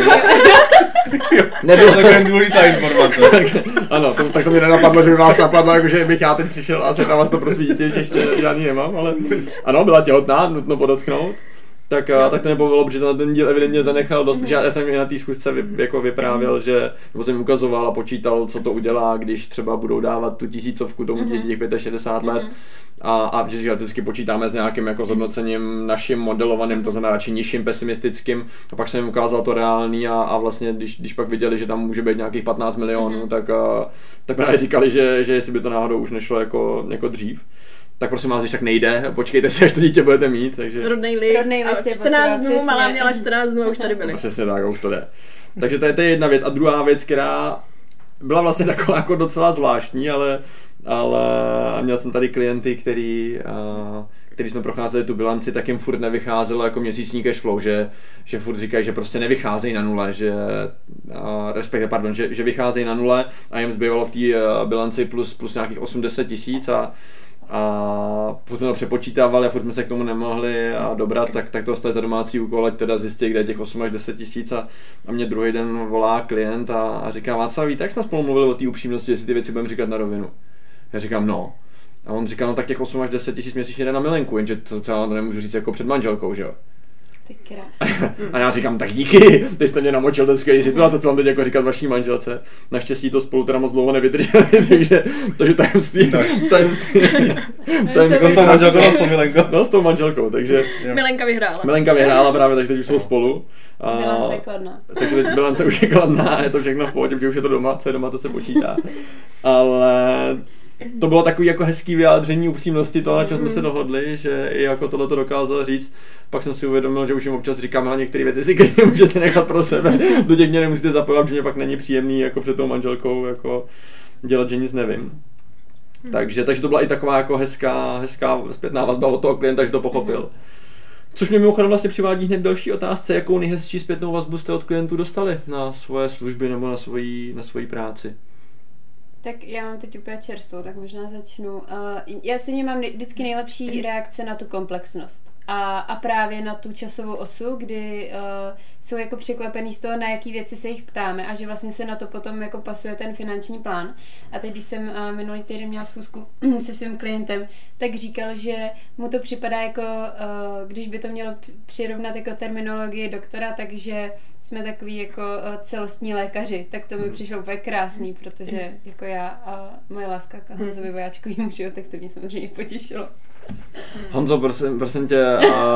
Nebyl taková důležitá informace. Ano, to, tak to mě nenapadlo, že by vás napadlo, jako, že bych já teď přišel a světla vás to prosvítit, že ještě žádný nemám, ale ano, byla těhotná, nutno podotknout. Tak, a, tak to nepovolilo, protože ten díl evidentně zanechal dost, protože já jsem i na té schůzce vy, jako vyprávěl, že nebo jsem ukazoval a počítal, co to udělá, když třeba budou dávat tu tisícovku tomu děti těch šedesát pět let a, a že vždycky počítáme s nějakým jako zhodnocením naším modelovaným, to znamená radši nižším pesimistickým a pak jsem jim ukázal to reálný a, a vlastně když, když pak viděli, že tam může být nějakých patnáct milionů, tak, a, tak právě říkali, že, že jestli by to náhodou už nešlo jako, jako dřív. Tak prosím vás, když tak nejde, počkejte si, až to dítě budete mít. Takže... Rodnej list, Rodnej list čtrnáct dnů, malá měla čtrnáct dnů a už tady byli. Přesně tak, už to jde. Takže to je, to je jedna věc. A druhá věc, která byla vlastně taková jako docela zvláštní, ale, ale měl jsem tady klienty, který, který jsme procházeli tu bilanci, tak jim furt nevycházelo jako měsíční cash flow, že, že furt říkají, že prostě nevycházejí na nule, že, respektive, pardon, že, že vycházejí na nule a jim zbývalo v té bilanci plus, plus nějakých osmdesát tisíc a a furt jsme to přepočítávali a furt jsme se k tomu nemohli a dobrat, tak, tak to dostali za domácí úkol, ať teda zjistí, kde je těch osm až deset tisíc a, a mě druhý den volá klient a, a říká, Václav, víte, jak jsme spolu mluvili o té upřímnosti, jestli ty věci budeme říkat na rovinu. Já říkám, no. A on říkal, no tak těch osm až deset tisíc měsíčně jde na milenku, jenže to třeba nemůžu říct jako před manželkou, že jo. Ty krásný. A já říkám, tak díky, ty jste mě namočil do skvělé situace, co mám teď jako říkat vaší manželce. Naštěstí to spolu teda moc dlouho nevydrželi, takže takže tajemství, tajemství, tajemství s tou manželkou, s tou Milenkou. No, s tou manželkou, takže Milenka vyhrála. Milenka vyhrála právě, takže teď už jsou spolu. A, bilance je kladná. Takže teď bilance už je kladná, je to všechno v pohodě, protože už je to doma, co je doma, to se počítá. Ale to bylo takový jako hezký vyjádření upřímnosti toho, na čem jsme se dohodli, že i jako tohle to dokázal říct. Pak jsem si uvědomil, že už jim občas říkám, ale některé věci si klidně můžete nechat pro sebe. Do těch mě nemusíte zapojovat, že mě pak není příjemný jako před tou manželkou jako dělat, že nic nevím. Hmm. Takže, takže to byla i taková jako hezká, hezká zpětná vazba od toho klienta, že to pochopil. Hmm. Což mě mimochodem vlastně přivádí hned další otázce, jakou nejhezčí zpětnou vazbu jste od klientů dostali na svoje služby nebo na svoji, na svoji práci. Tak já mám teď úplně čerstvou, tak možná začnu. Uh, já si mám vždycky nejlepší reakce na tu komplexnost. A, a právě na tu časovou osu, kdy uh, jsou jako překvapený z toho, na jaký věci se jich ptáme a že vlastně se na to potom jako pasuje ten finanční plán. A teď, když jsem uh, minulý týden měla schůzku se svým klientem, tak říkal, že mu to připadá jako, uh, když by to mělo přirovnat jako terminologii doktora, takže jsme takový jako uh, celostní lékaři. Tak to mi přišlo úplně krásný, protože jako já a moje láska k Honzovi Vojáčkovému, tak to mě samozřejmě potěšilo. Honzo, prosím, prosím tě,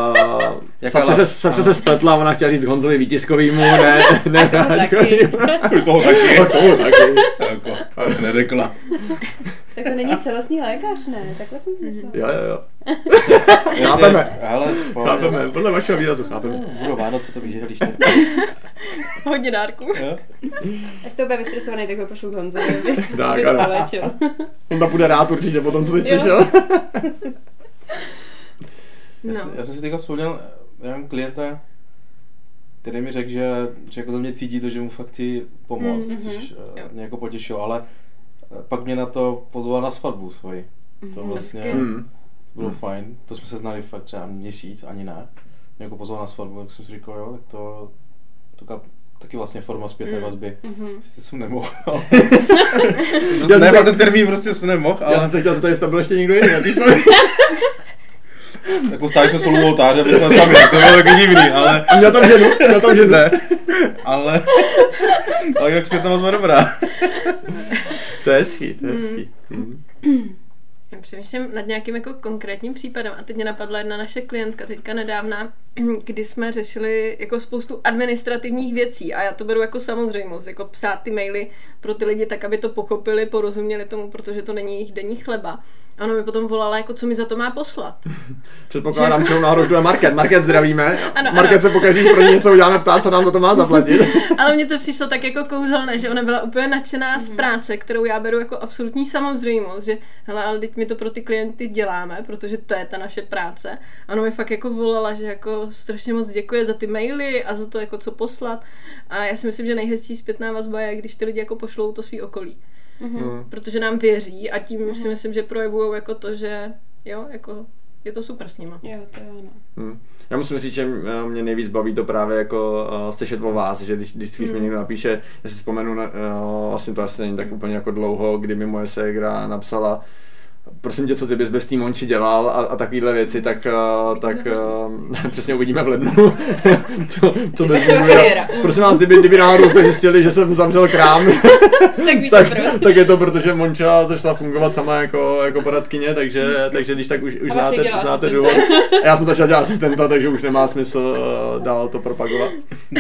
uh, jsem, jsem přece spletla, ona chtěla říct Honzovi Vítiskovýmu, ne, ne, Vojáčkovýmu. Toho taky. Toho taky. Jako, až neřekla. Tak to není celostní lékař, ne? Takhle jsem to myslela. Jo, jo, jo. Chápeme. Ale, chápeme, podle vašeho výrazu chápeme. Budou Vánoce, to víš, že když to... Hodně dárků. Až to bude vystresovaný, tak ho pošlu k Honzovi, aby tak, ho poléčil. On tam bude rád určitě potom, co jsi slyšel. Já, no. já jsem si teďka vzpomněl, já mám klienta, který mi řekl, že, že jako za mě cítí to, že mu fakt chci pomoct, mm-hmm. což uh, mě jako potěšilo, ale pak mě na to pozval na svatbu svoji. To vlastně mm. bylo mm. fajn, to jsme se znali fakt třeba měsíc, ani ne. Mě jako pozval na svatbu, tak jsem si říkal, jo, tak to, to taky vlastně forma zpětné mm. vazby. Mm-hmm. Sice jsem nemohl, ale... ne, na ten termín prostě jsem nemohl, ale... Já jsem se chtěl zeptat, jestli tam byl ještě někdo jiný, a ty jsme... Jako stáli jsme spolu u oltáře, byli jsme sami, to bylo taky divný, ale... Měl tam ženu, měl tam ženu. Ne, ale... ale jinak zpětná vazba dobrá. To je hezký, to je hezký. Mm. Já přemýšlím nad nějakým jako konkrétním případem a teď mě napadla jedna naše klientka teďka nedávna, kdy jsme řešili jako spoustu administrativních věcí a já to beru jako samozřejmost, jako psát ty maily pro ty lidi tak, aby to pochopili, porozuměli tomu, protože to není jejich denní chleba. A ona mi potom volala, jako co mi za to má poslat. Předpokládám, že náhodou tu je Market. Market zdravíme. Ano, Market ano. Se pokaždé, když pro ně něco uděláme, ptát, co nám za to má zaplatit. Ale mně to přišlo tak jako kouzelné, že ona byla úplně nadšená z práce, kterou já beru jako absolutní samozřejmost, že hele, ale teď my to pro ty klienty děláme, protože to je ta naše práce. A ona mi fakt jako volala, že jako strašně moc děkuje za ty maily a za to, jako co poslat. A já si myslím, že nejhezčí zpětná vazba je, když ty lidi jako pošlou to svý okolí. Mm-hmm. Protože nám věří a tím mm-hmm. si myslím, že projevují jako to, že jo, jako je to super s nima. Jo, to je ono. Hmm. Já musím říct, že mě nejvíc baví to právě jako uh, slyšet o vás, že když, když, když mm. mi někdo napíše, já si vzpomenu, na, uh, vlastně to asi není tak úplně jako dlouho, kdy mi moje ségra napsala, prosím tě, co ty bys bez té Monči dělal a, a takovýhle věci, tak, uh, tak uh, přesně uvidíme v lednu. co, co bez prosím vás, kdyby, kdyby náhodou jste zjistili, že jsem zavřel krám, tak, tak, tak je to, protože Monča začala fungovat sama jako, jako poradkyně, takže, takže když tak už, už znáte, znáte důvod. Já jsem začal dělat asistenta, takže už nemá smysl uh, dál to propagovat.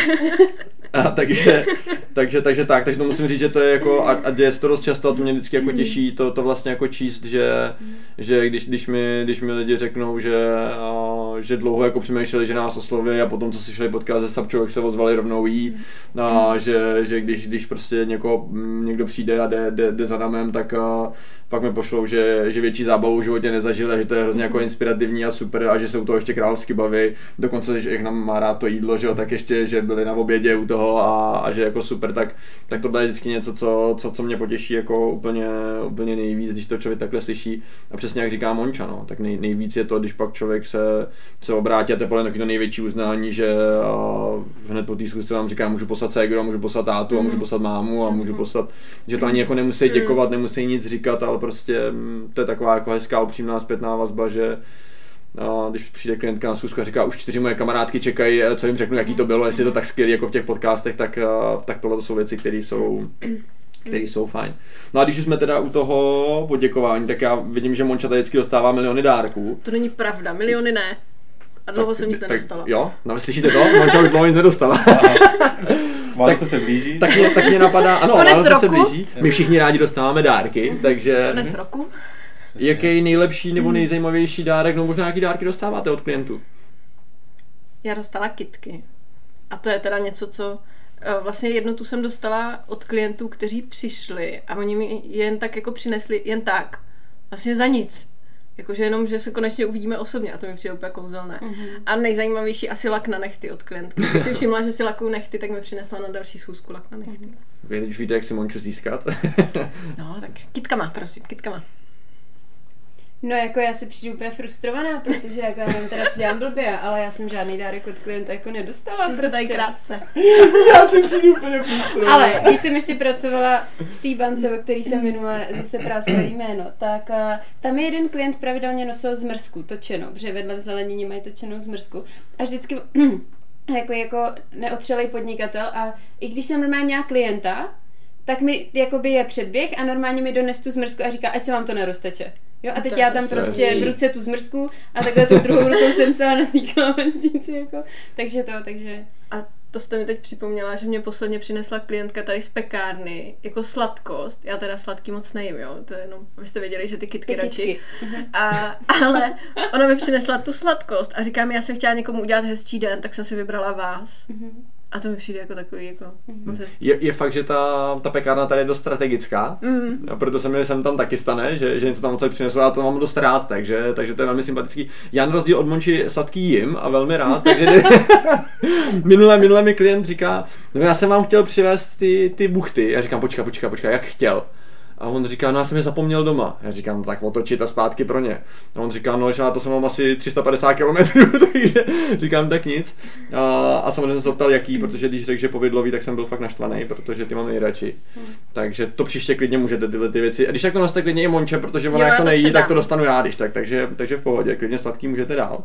A, takže, takže, takže tak, takže to musím říct, že to je jako, a, a děje se to dost často, a to mě vždycky jako těší to, to vlastně jako číst, že, že když, když, mi, když mi lidi řeknou, že, a, že dlouho jako přemýšleli, že nás osloví a potom, co si šli podcast ze Sapčou, jak se ozvali rovnou jí, a že, že když, když prostě někoho, někdo přijde a jde, jde, jde za namem, tak a, pak mi pošlou, že, že větší zábavu v životě nezažili, že to je hrozně jako inspirativní a super a že se u toho ještě královsky baví, dokonce, že jak nám má rád to jídlo, že jo, tak ještě, že byli na obědě u toho a, a že jako super, tak, tak to je vždycky něco, co, co, co mě potěší jako úplně, úplně nejvíc, když to člověk takhle slyší. A přesně jak říká Monča, no, tak nej, nejvíc je to, když pak člověk se se obrátí a to je taky to největší uznání, že uh, hned po té schůzce vám říká, můžu poslat ségru, můžu poslat tátu a můžu poslat mámu a můžu poslat, že to ani jako nemusí děkovat, nemusí nic říkat, ale prostě to je taková jako hezká upřímná zpětná vazba, že a když přijde klientka na schůzku a říká, už čtyři moje kamarádky čekají, co jim řeknu, jaký to bylo, jestli je to tak skvělé jako v těch podcastech, tak, tak tohle to jsou věci, které jsou, které jsou fajn. No a když už jsme teda u toho poděkování, tak já vidím, že Monča tady vždycky dostává miliony dárků. To není pravda, miliony ne. A dlouho tak, jsem nic nedostala. Jo, no slyšíte to? Monča už dlouho nic nedostala. Vánoce se blíží. Tak mě, tak mě napadá, ano, Konec Vánoce roku. se blíží. My všichni rádi dostáváme dárky, takže... Konec roku. Jaký nejlepší nebo nejzajímavější dárek, no možná jaký dárky dostáváte od klientů? Já dostala kitky. A to je teda něco, co... Vlastně jednu tu jsem dostala od klientů, kteří přišli a oni mi jen tak jako přinesli, jen tak. Vlastně za nic. Jakože jenom, že se konečně uvidíme osobně a to mi přijde úplně kouzelné. Mm-hmm. A nejzajímavější asi lak na nechty od klientky. Když si všimla, že si lakuju nechty, tak mi přinesla na další schůzku lak na nechty. Mm-hmm. Vy teď už víte, jak si Monču získat? No, tak kytkama, prosím, kytkama. No jako já si přijdu úplně frustrovaná, protože jako já nevím teda, co dělám blbě, ale já jsem žádný dárek od klienta jako nedostala. Jsi prostě. Tady krátce. Já si přijdu úplně frustrovaná. Ale když jsem ještě pracovala v té bance, o který jsem minule zase práskala jméno, tak uh, tam je jeden klient pravidelně nosil zmrzku točenou, protože vedle v zelenině mají točenou zmrzku. A vždycky jako, jako neotřelej podnikatel a i když jsem normálně měla klienta, tak mi jakoby je předběh a normálně mi dones tu zmrzku a říká, ať se vám to nerozteče. Jo, a teď já tam prostě v ruce tu zmrzku a takhle tou druhou rukou jsem se natýkala vesnici, jako. Takže to, takže... A to jste mi teď připomněla, že mě posledně přinesla klientka tady z pekárny, jako sladkost. Já teda sladký moc nejím, jo, to je jenom, abyste věděli, že ty kytky ty radši. kytky. A, ale ona mi přinesla tu sladkost a říká mi, já jsem chtěla někomu udělat hezčí den, tak jsem si vybrala vás. A to mi přijde jako takový, jako mm-hmm. je, je fakt, že ta, ta pekárna tady je dost strategická, mm. a proto se mi sem tam taky stane, že, že něco tam odsaď přinesu a to mám dost rád, takže, takže to je velmi sympatický. Já na rozdíl od Monči sladký jim a velmi rád, takže minule, minule mi klient říká, no já jsem vám chtěl přivést ty, ty buchty, já říkám počka, počka, počka, jak chtěl. A on říká, no já jsem je zapomněl doma. Já říkám, no tak otočit a zpátky pro ně. A on říká, no že já to jsem mám asi tři sta padesát kilometrů, takže říkám, tak nic. A, a samozřejmě jsem se optal, jaký, protože když řekl, že povidlový, tak jsem byl fakt naštvaný, protože ty mám nejradši. Takže to příště klidně můžete tyhle ty věci. A když tak to noste klidně i Monče, protože ona jak to nejí, předám. Tak to dostanu já, když tak. Takže, takže v pohodě, klidně sladký můžete dál.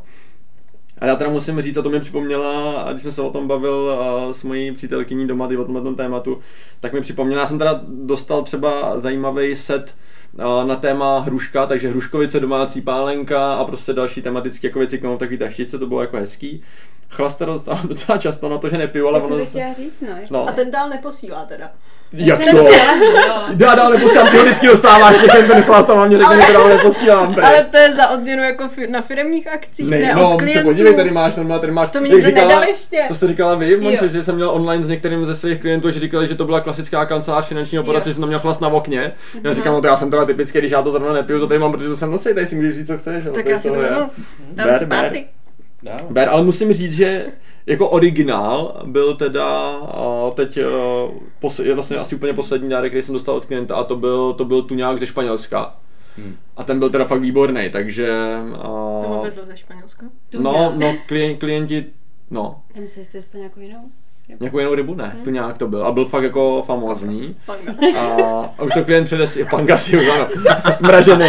A já teda musím říct, a to mi připomněla, když jsem se o tom bavil uh, s mojí přítelkyní doma o tomhle tématu, tak mi připomněla, já jsem teda dostal třeba zajímavý set uh, na téma hruška, takže hruškovice, domácí pálenka a prostě další tematické jako věci, k tomu takový taštice, to bylo jako hezký. Chlaster dostávám docela často na to, že nepiju, ale ono zase... říct, no. no. A ten dál neposílá teda. Jak to? Já dál neposílám, ty ho vždycky dostáváš, někdy ten chlast a mě řekne, že to dál neposílám. Pre. Ale to je za odměnu jako fi- na firemních akcích, ne, ne no, od klientů. No, podívej, tady máš, normálně, tady máš. To mi nikdo nedal ještě. To jste říkala vy, Monče, že jsem měl online s některým ze svých klientů, že říkali, že to byla klasická kancelář finančního poradce, že jsem tam měl chlast na okně. Já říkám, no to já jsem teda typický, když já to zrovna nepiju, to tady mám, protože to jsem nosej, tady si můžeš říct, co chceš. Tak já si to vezmu. Dáme si party. Ber, ale musím říct, že jako originál byl teda uh, teď uh, pos- je vlastně asi úplně poslední dárek, který jsem dostal od klienta a to byl, to byl tuňák ze Španělska. Hmm. A ten byl teda fakt výborný, takže... Uh, to ho vezl ze Španělska? No, no klien, klienti, no. Já myslím, že jste dostal nějakou jinou rybu. Nějakou jinou rybu, ne, hmm. tuňák to byl a byl fakt jako famózní. Pangas. A, a už to klient předes, pangas, jo, ano, mražený.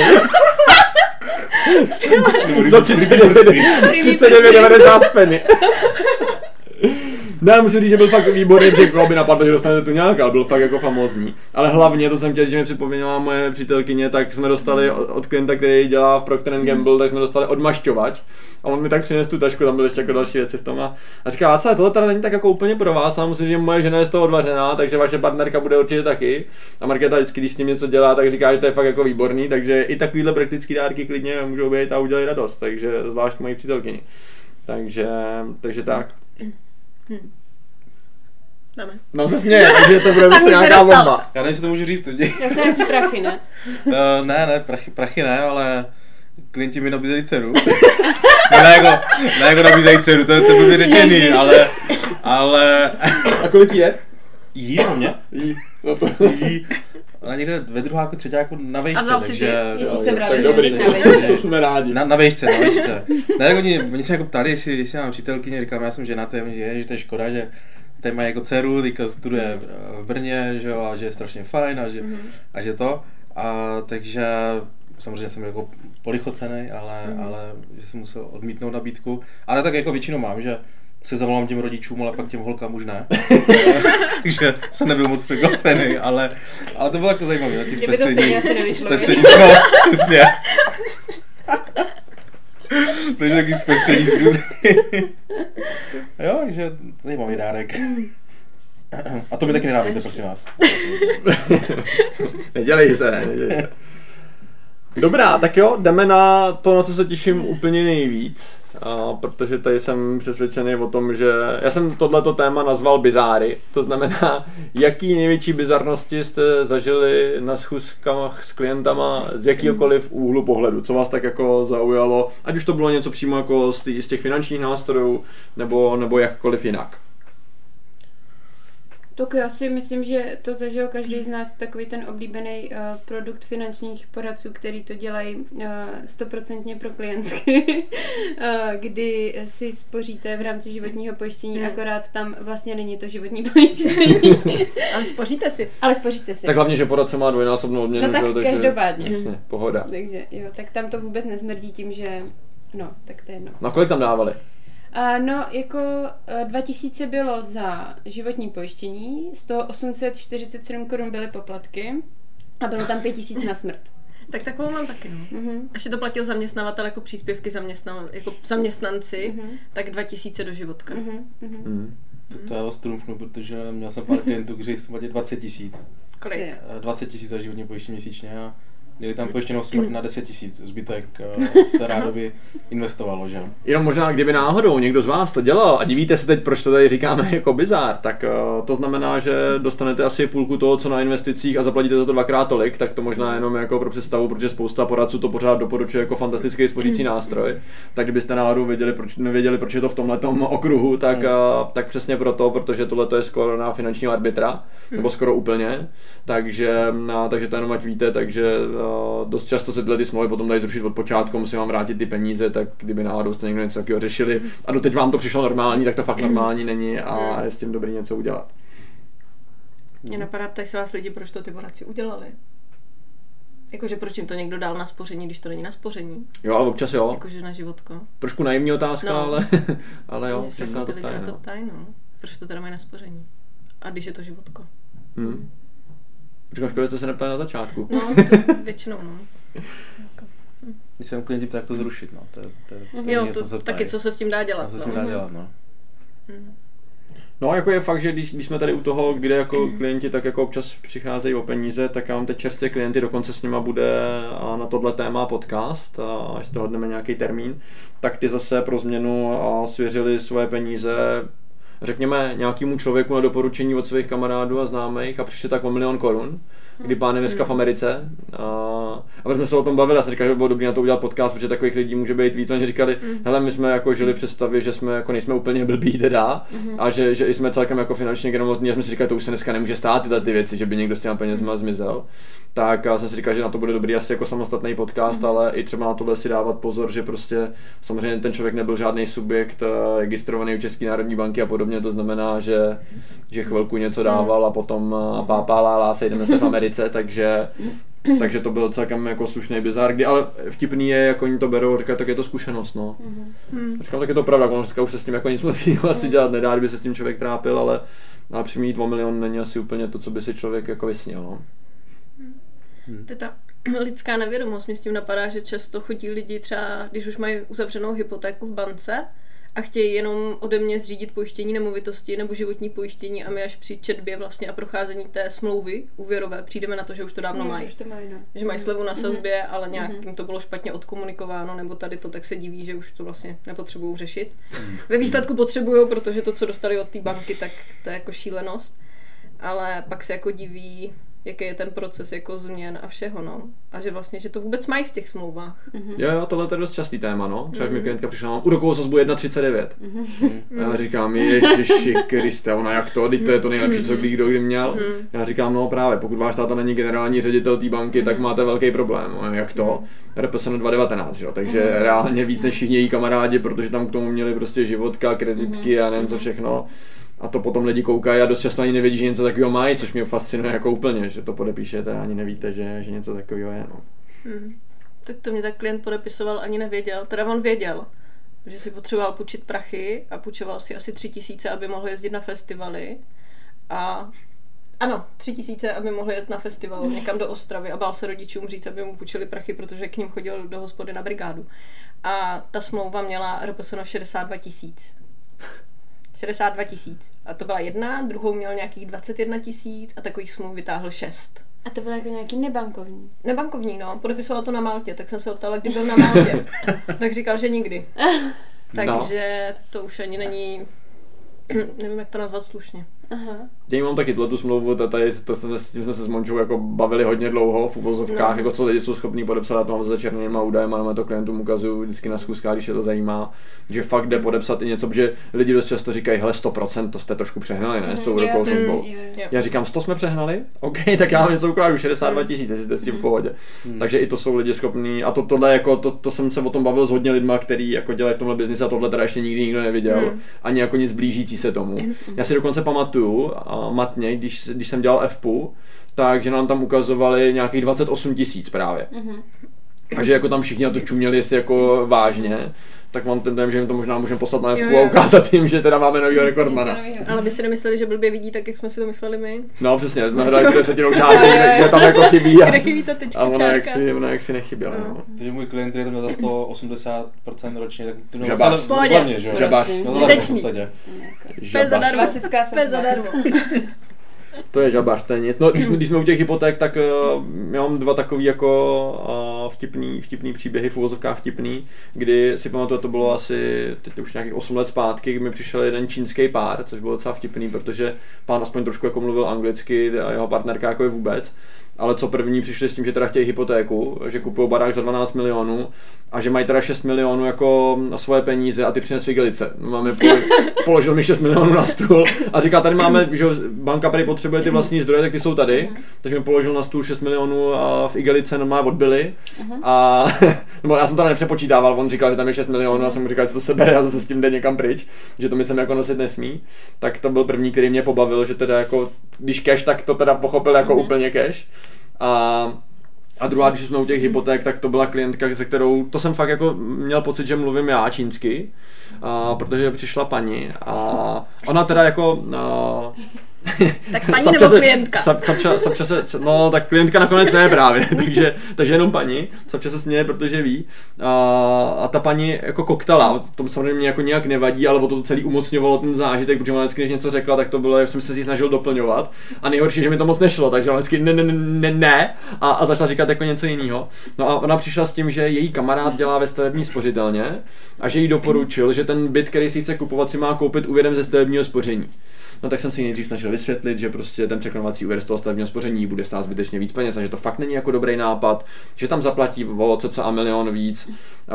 Za třicet devět devadesát penny. Ne, musím říct, že byl fakt výborný, že by napadlo, že dostanete tu nějak, ale byl fakt jako famózní. Ale hlavně, to jsem chtěl, že mi připomněla moje přítelkyně, tak jsme dostali od klienta, který dělá v Procter and Gamble, tak jsme dostali odmašťovač. A on mi tak přinesl tu tašku, tam byly ještě jako další věci v tom. A, a říká, a co, tohle teda není tak jako úplně pro vás, a musím říct, že moje žena je z toho odvařená, takže vaše partnerka bude určitě taky. A Markéta vždycky, když s tím něco dělá, tak říká, že to je fakt jako výborný, takže i takovýhle praktický dárky klidně můžou být a udělat radost, takže zvlášť mojí přítelkyni. Takže, takže tak. Hmm. Dáme. No se směje, takže to bude zase nějaká bomba. Já nevím, že to můžu říct lidi. Já jsem nějaký prachy, ne? uh, ne, ne, prachy, prachy ne, ale klienti mi nabízejí dceru. No, ne, jako, ne jako nabízejí dceru, to, to by vyřečený, ale, ale... A kolik je? Jí, no mě? Jí. No to... Jí. ona někde ve druháku, třetíku na vejšce, takže... Ježíš, jsem ráda, tak dobrý, na vejšce. to jsme rádi. Na, na vejšce, na vejšce. Ne, tak oni, oni se jako ptali, jestli, jestli mám přítelkyně, říkám, já jsem ženatý, že, že to je škoda, že tady mají jako dceru, teďka studuje v Brně, že jo, a že je strašně fajn a že, mm. a že to. A takže samozřejmě jsem jako polichocený, ale, mm. ale že jsem musel odmítnout nabídku. Ale tak jako většinou mám, že se zavolám těm rodičům, ale pak těm holkám už ne. Takže jsem nebyl moc překvapený, ale, ale to bylo jako zajímavé. Kdyby to stejně asi nevyšlo. No, přesně. Takže taky zpestření zkuzy. Jo, takže zajímavý dárek. A to mi taky nedávajte, prosím vás. Nedělej se, nedělej se. Dobrá, tak jo, jdeme na to, na co se těším úplně nejvíc. A protože tady jsem přesvědčený o tom, že já jsem tohleto téma nazval bizáry. To znamená, jaký největší bizarnosti jste zažili na schůzkách s klientama z jakýkoliv úhlu pohledu, co vás tak jako zaujalo, ať už to bylo něco přímo jako z, tý, z těch finančních nástrojů, nebo, nebo jakkoliv jinak. Tak já si myslím, že to zažil každý z nás, takový ten oblíbený uh, produkt finančních poradců, který to dělají stoprocentně uh, pro klientsky, uh, kdy si spoříte v rámci životního pojištění, hmm. akorát tam vlastně není to životní pojištění. Ale spoříte si. Ale spoříte si. Tak hlavně, že poradce má dvojnásobnou odměnu. No tak takže, každopádně. Jasně, pohoda. Takže jo, tak tam to vůbec nesmrdí tím, že no, tak to je jedno. No kolik tam dávali? Uh, no, jako uh, dva tisíce bylo za životní pojištění, z toho osm set čtyřicet sedm korun byly poplatky a bylo tam pět tisíc na smrt. Tak takovou mám taky, no. Mm-hmm. Až je to platil zaměstnavatel jako příspěvky zaměstnan, jako zaměstnanci, mm-hmm. tak dva tisíce do životka. Mm-hmm. Mm-hmm. To, to já vás trumfnu, protože měl jsem pár klientů, kteří si platili dvacet tisíc. Kolik? dvacet tisíc za životní pojištění měsíčně a měli tam pojištěnou smrt na deset tisíc, zbytek se rádoby investovalo, že? Jenom možná, kdyby náhodou někdo z vás to dělal a divíte se teď, proč to tady říkáme jako bizár, tak uh, to znamená, že dostanete asi půlku toho, co na investicích a zaplatíte za to dvakrát tolik, tak to možná jenom jako pro představu, protože spousta poradců to pořád doporučuje jako fantastický spořící nástroj. Tak kdybyste náhodou věděli, proč, nevěděli, proč je to v tomhletom okruhu, tak, uh, tak přesně proto, protože tohle je skoro na finančního arbitra, nebo skoro úplně, takže, uh, takže to jenom ať víte, takže uh, dost často se tyhle ty smlouvy potom dají zrušit od počátku, musím vám vrátit ty peníze, tak kdyby náhodou jste někdo něco takového řešili a doteď vám to přišlo normální, tak to fakt normální není a je s tím dobrý něco udělat. Mě napadá, ptají se vás lidi, proč to ty poradci udělali. Jakože proč jim to někdo dal na spoření, když to není na spoření. Jo, ale občas jo. Jakože na životko. Trošku naivní otázka, no. ale, ale jo, přesně se na to ptají. ptají, Na to no. ptají, no. Proč to teda mají na spoření? A když je to životko? Hmm. Říkám, škoda, jste se neptali na začátku. No, většinou, no. Když jsem klienti ptá, jak to zrušit, no. To, to, to, to jo, něco, to, co taky co se s tím dá dělat. Co se s no. tím dá dělat, no. Mm. No, jako je fakt, že když, když jsme tady u toho, kde jako klienti tak jako občas přicházejí o peníze, tak já mám teď čerstvě klienty, dokonce s nima bude na tohle téma podcast, a až dohodneme nějaký termín, tak ty zase pro změnu svěřili svoje peníze řekněme nějakému člověku na doporučení od svých kamarádů a známých a přišli tak o milion korun, kdy pán je dneska v Americe. A, a jsme se o tom bavili, já jsem říkal, že by bylo dobré na to udělat podcast, protože takových lidí může být víc. Oni říkali, hele, my jsme jako žili v představě, že jsme jako nejsme úplně blbí teda a že, že jsme celkem jako finančně gramotní a jsme si říkali, to už se dneska nemůže stát tyhle ty věci, že by někdo s těma penězma zmizel. Tak já jsem si říkal, že na to bude dobrý asi jako samostatný podcast, ale i třeba na tohle si dávat pozor, že prostě samozřejmě ten člověk nebyl žádný subjekt registrovaný u České národní banky a podobně, to znamená, že, že chvilku něco dával a potom pápá lála, sejdeme se v Americe, takže, takže to byl celkem jako slušný bizár, kdy ale vtipný je, jako oni to berou a říkají, tak je to zkušenost, no. Mm. Říkám, tak je to pravda, on říká, už se s tím jako nic moc asi dělat nedá, kdyby se s tím člověk trápil, ale, ale při dva miliony není asi úplně to, co by si člověk jako vysnil, no. Hmm. To je ta lidská nevědomost, mě s tím napadá, že často chodí lidi třeba, když už mají uzavřenou hypotéku v bance a chtějí jenom ode mě zřídit pojištění nemovitosti nebo životní pojištění a my až při četbě vlastně a procházení té smlouvy úvěrové přijdeme na to, že už to dávno no, mají. To mají no. Že mají slevu na sazbě, mm-hmm. ale nějak jim to bylo špatně odkomunikováno, nebo tady to tak se diví, že už to vlastně nepotřebují řešit. Ve výsledku potřebují, protože to, co dostali od té banky, tak to je jako šílenost. Ale pak se jako diví, jaký je ten proces jako změn a všeho, no. A že vlastně, že to vůbec mají v těch smlouvách. Mm-hmm. Jo, jo, tohle je dost častý téma, no. Třeba mm-hmm. mi klientka přišla, mám úrokovou sazbu jedna celá třicet devět. Mm-hmm. Já říkám, ježiši Kriste, ona jak to, teď to je to nejlepší, co kdy kdo kdy měl. Mm-hmm. Já říkám, no právě, pokud váš táta není generální ředitel té banky, mm-hmm. tak máte velký problém. No, jak to? R P S N dva devatenáct, jo, takže mm-hmm. reálně víc než všichni její kamarádi, protože tam k tomu měli prostě životka, kreditky mm-hmm. a nevím co všechno. A to potom lidi koukají a dost často ani nevědí, že něco takového mají, což mě fascinuje jako úplně, že to podepíšete a ani nevíte, že, že něco takového je. No. Hmm. Tak to mě tak klient podepisoval, ani nevěděl. Teda on věděl, že si potřeboval půjčit prachy a půjčoval si asi tři tisíce, aby mohl jezdit na festivaly. A ano, tři tisíce, aby mohl jet na festival někam do Ostravy a bál se rodičům říct, aby mu půjčili prachy, protože k ním chodil do hospody na brigádu. A ta smlouva měla R P S N šedesát dva tisíc. šedesát dva tisíc. A to byla jedna, druhou měl nějakých dvacet jedna tisíc a takových smluv vytáhl šest. A to bylo jako nějaký nebankovní? Nebankovní, no. Podepisoval to na Maltě, tak jsem se optala, kdy byl na Maltě. Tak říkal, že nikdy. Takže to už ani není, nevím, jak to nazvat slušně. Aha. Já mám taky tu smlouvu, tady, to jsme, s tím jsme se s Mončou jako bavili hodně dlouho v uvozovkách, no. Jako co lidi jsou schopní podepsat, to mám za černýma údajem, ale to klientům ukazuju vždycky na schůzkách, když je to zajímá, že fakt jde podepsat i něco, protože lidi dost často říkají, hele sto procent to jste trošku přehnali, ne, s tou úrokovou sazbou. Já říkám, sto jsme přehnali? OK, tak já vám něco ukážu, šedesát dva tisíc, jestli jste s tím v pohodě. Hmm. Takže i to jsou lidi schopní, a to, tohle jako, to, to jsem se o tom bavil s hodně lidma, kteří jako dělají v tomhle biznisu a tohle teda ještě nikdy nikdo neviděl, hmm. ani jako nic blížící se tomu. Já si dokonce pamatuju, matně, když, když jsem dělal F P U, takže nám tam ukazovali nějakých dvacet osm tisíc právě. Mm-hmm. A že jako tam všichni na to čuměli, jestli jako vážně, tak mám ten dojem, že jim to možná můžeme poslat na F P U a ukázat jim, že teda máme novýho rekordmana. Ale by si nemysleli, že blbě vidí tak, jak jsme si to mysleli my? No přesně, jsme hledali desetinou čárky, kde tam jako chybí a, kde chybí ta tečka, a ona jaksi, ona jaksi nechyběla. No. No. Takže můj klient, který tam za sto osmdesát procent ročně, tak to měl vlastně hlavně, že jo? Žabař. Zbytečný. Pes zadarmo. Klasická sazba. Pes zadarmo. To je žabař, to je nic. No, když jsme, když jsme u těch hypoték, tak uh, já mám dva takový jako uh, vtipný, vtipný příběhy, v uvozovkách vtipný, kdy si pamatuju, to bylo asi teď už nějakých osm let zpátky, kdy mi přišel jeden čínský pár, což bylo docela vtipný, protože pán aspoň trošku jako mluvil anglicky a jeho partnerka jako je vůbec. Ale co první přišli s tím, že teda chtějí hypotéku, že kupují barák za dvanáct milionů a že mají teda šest milionů jako svoje peníze a ty přines igelice. Máme položil mi šest milionů na stůl a říká, tady máme, že banka prý potřebuje ty vlastní zdroje, tak ty jsou tady. Takže mi položil na stůl šest milionů a v igelice normálně odbyli. A nebo já jsem to nepřepočítával, on říkal, že tam je šest milionů a jsem mu říkal, že to se bere a zase s tím jde někam pryč, že to mi sem jako nosit nesmí. Tak to byl první, který mě pobavil, že teda jako, když cash, tak to teda pochopil jako mm-hmm. úplně cash. A, a druhá, když jsme u těch hypoték, tak to byla klientka, se kterou, to jsem fakt jako měl pocit, že mluvím já čínsky, a, protože přišla paní a ona teda jako... A, tak paní nebo se, klientka? Sapča, sapča se, no tak klientka nakonec ne právě, takže, takže jenom paní, Sapča se směje, protože ví a, a ta paní jako koktala, to samozřejmě mě jako nějak nevadí, ale o to celý umocňovalo ten zážitek, protože ona vždycky, když něco řekla, tak to bylo, jak jsem se si snažil doplňovat a nejhorší, že mi to moc nešlo, takže ona vždycky ne, ne, ne, ne a, a začala říkat jako něco jiného. No a ona přišla s tím, že její kamarád dělá ve stavební spořitelně a že jí doporučil, že ten byt, který si chce kupovat, si má koupit úvěrem ze stavebního spoření. No tak jsem si nejdřív snažil vysvětlit, že prostě ten překlenovací úvěr z toho stavebního spoření bude stát zbytečně víc peněz a že to fakt není jako dobrý nápad, že tam zaplatí o cca milion víc.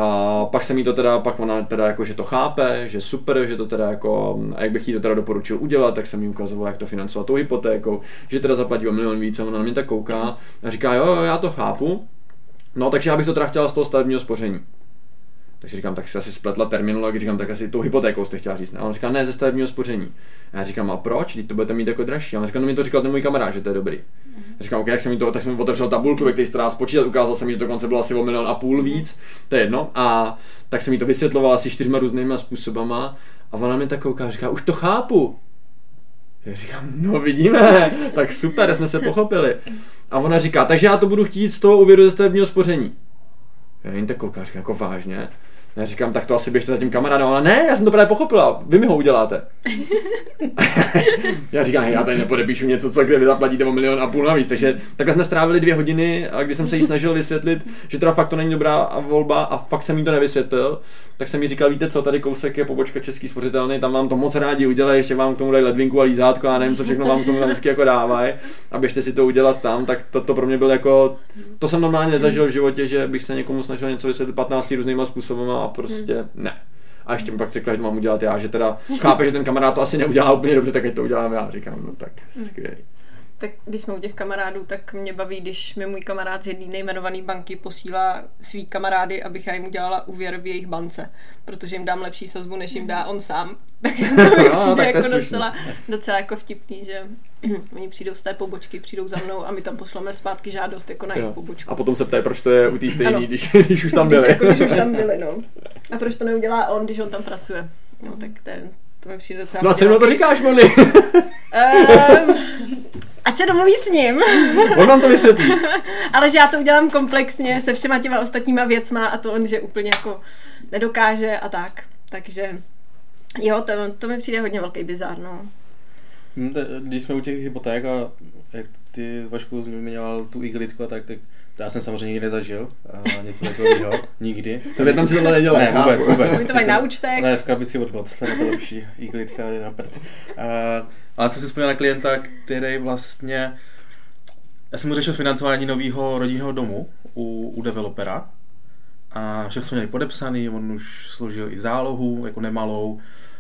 A pak se mi to teda, pak ona teda jako, že to chápe, že super, že to teda jako, a jak bych jí to teda doporučil udělat, tak jsem jí ukazoval, jak to financovat tou hypotékou, že teda zaplatí o milion víc a ona na mě tak kouká a říká, jo, jo, já to chápu, no takže já bych to teda chtěla z toho stavebního spoření. Takže říkám, tak si asi spletla terminologii, říkám, tak asi tou hypotékou jste chtěla říct. A on říká, ne, ze stavebního spoření. A já říkám, a proč? Teď to budete mít jako dražší. A on říká, no mi to říkal ten můj kamarád, že to je dobrý. A říkám, ok, jak jsem mi to, tak jsem mi otevřel tabulku, ve které se to dá spočítat, ukázal jsem mi, že dokonce bylo asi o milion a půl víc, to je jedno. A tak jsem mi to vysvětloval asi čtyřma různýma způsobama a ona mi tak kouká, říká, už to chápu. Já říkám, no vidíme, tak super, jsme se pochopili. A ona říká, takže já to budu chtít z toho úvěru ze stavebního spoření. Já jen tak kouká, říká, jako vážně. Já říkám, tak to asi běžte za tím kamarádem, ale ne, já jsem to právě pochopila, vy mi ho uděláte. Já říkám, hej, já tady nepodepíšu něco, co kde vy zaplatíte o milion a půl navíc, takže takhle jsme strávili dvě hodiny a když jsem se jí snažil vysvětlit, že teda fakt to není dobrá volba a fakt jsem jí to nevysvětlil, tak jsem jí říkal, víte co, tady kousek je pobočka Český spořitelny, tam vám to moc rádi udělají, ještě vám k tomu dají ledvinku a lízátko a nevím, co všechno vám k tomu vždycky jako dávají a běžte si to udělat tam, tak to, to pro mě byl jako, to jsem normálně nezažil v životě, že bych se někomu snažil něco vysvětlit patnácti různýma způsoby a prostě ne. A ještě mi pak řekla, že to mám udělat já, že teda chápe, že ten kamarád to asi neudělá úplně dobře, tak ať to udělám já. Říkám, no tak skvělý. Tak když jsme u těch kamarádů, tak mě baví, když mi můj kamarád z jedné nejmenované banky posílá svý kamarády, abych já jim udělala úvěr v jejich bance, protože jim dám lepší sazbu, než jim dá on sám. Tak to mi no, přijde tak jako docela, docela jako vtipný, že oni přijdou z té pobočky, přijdou za mnou a my tam pošleme zpátky žádost jako na jejich pobočku. A potom se ptají, proč to je u té stejný, když, když už tam byli. Když, jako, když už tam byli, no. A proč to neudělá on, když on tam pracuje. No tak ten, to mi přijde docela... No a co na to říkáš, Moni? um, ať se domluví s ním. On vám to vysvětlí. Ale že já to udělám komplexně se všema těma ostatníma věcma a to on, že úplně jako nedokáže a tak. Takže jo, to, to mi přijde hodně velký bizár, no. Když jsme u těch hypoték a jak ty, Vašku, zmiňoval tu igelitku a tak, tak to já jsem samozřejmě nikdy nezažil. A něco takového, nikdy. To Vietnam si tohle nedělá. Ne, vůbec, vůbec. Oni to mají na účtech. Ne, v krabici odvod, to je to lepší. Igelitka je na prd. Ale jsem si vzpomněl na klienta, který vlastně... Já jsem mu řešil financování nového rodinného domu u, u developera. A všechno jsme měli podepsaný, on už složil i zálohu, jako nemalou.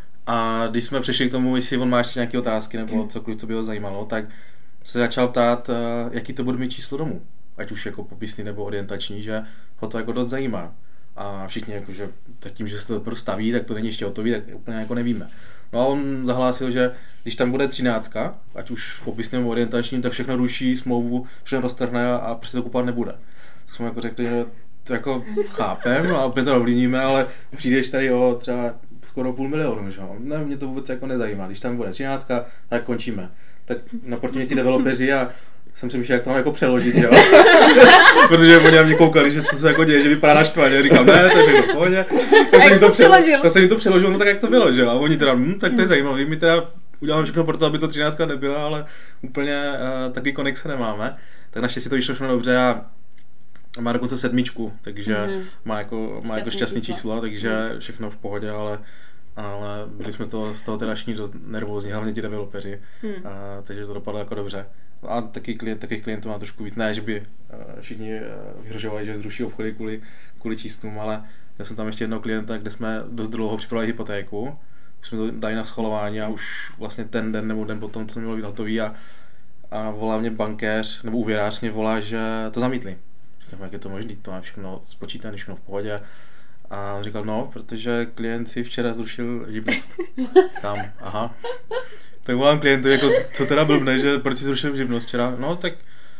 A když jsme přišli k tomu, jestli on má ještě nějaké otázky nebo cokoliv, co by ho zajímalo, tak se začal ptát, jaký to bude mít číslo domu. Ať už jako popisný nebo orientační, že ho to jako dost zajímá. A všichni jako, že tím, že se to prostě staví, tak to není ještě hotový, tak úplně jako nevíme. No a on zahlásil, že když tam bude třináctka, ať už v popisném nebo orientačním, tak všechno ruší, smlouvu, všechno roztrhne a prostě to kupovat nebude. Tak jsme jako řekli, že to jako chápem a opět to ovlivníme, ale přijdeš tady o třeba skoro půl milionu, že jo? Ne, mě to vůbec jako nezajímá. Když tam bude třináctka, tak končíme. Tak naproti mě ti developeři a jsem přemýšlel, jak to mám jako přeložit, jo? Protože oni na mě koukali, že co se jako děje, že vypadá naštvaně. Říkám, ne, to je všechno v pohodě. Tak jsem, to přeložil. tak jsem jim to přeložil, no tak jak to bylo, že jo? A oni teda, hm, tak to je zajímavé. My teda uděláme všechno pro to, aby to třináctka nebyla, ale úplně uh, taky konexe nemáme. Tak naštěstí to vyšlo všechno dobře a má dokonce sedmičku, takže mm. má jako, má jako šťastný číslo, číslo takže mm. všechno v pohodě, ale ale byli jsme to z toho teda všichni dost nervózní, hlavně ti developeři, hmm. a, takže to dopadlo jako dobře. A taky klient, takových klientů má trošku víc, ne, že by všichni vyhrožovali, že zruší obchody kvůli, kvůli číslům, ale já jsem tam ještě jednoho klienta, kde jsme dost dlouho připravili hypotéku, už jsme to dali na schvalování a už vlastně ten den nebo den potom, co mělo být hotový a, a volá mě bankéř, nebo úvěrář mě volá, že to zamítli. Říkám, jak je to možný, to má všechno spočítané, všechno v pohodě. A on říkal, no, protože klient si včera zrušil živnost. Tam, aha. Tak volám klientu, jako, co teda blbne, že proč si zrušil živnost včera? No, tak,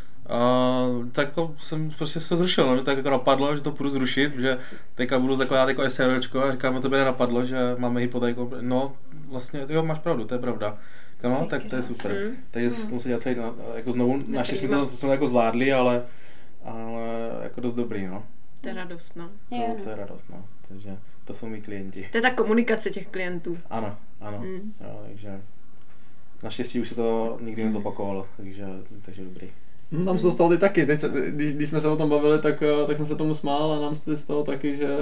uh, tak jako jsem prostě se zrušil, no, tak jako napadlo, že to půjdu zrušit, že teďka budu zakládat jako SROčko a říkám, to by nenapadlo, že máme hypotéku. No, vlastně, jo, máš pravdu, to je pravda. Říkám, no, tak to je super. Takže se tomu se dělat celý, jako znovu, našli jsme to, to jsme jako zvládli, ale, ale jako dost dobrý, no. To je radost, no. To, to je radost, no. Takže to jsou mý klienti. To je ta komunikace těch klientů. Ano, ano. Mm. Jo, takže naštěstí už se to nikdy nezopakovalo, takže, takže dobrý. No, tam se to stalo ty taky. Teď, když, když jsme se o tom bavili, tak, tak jsem se tomu smál a nám se stalo taky, že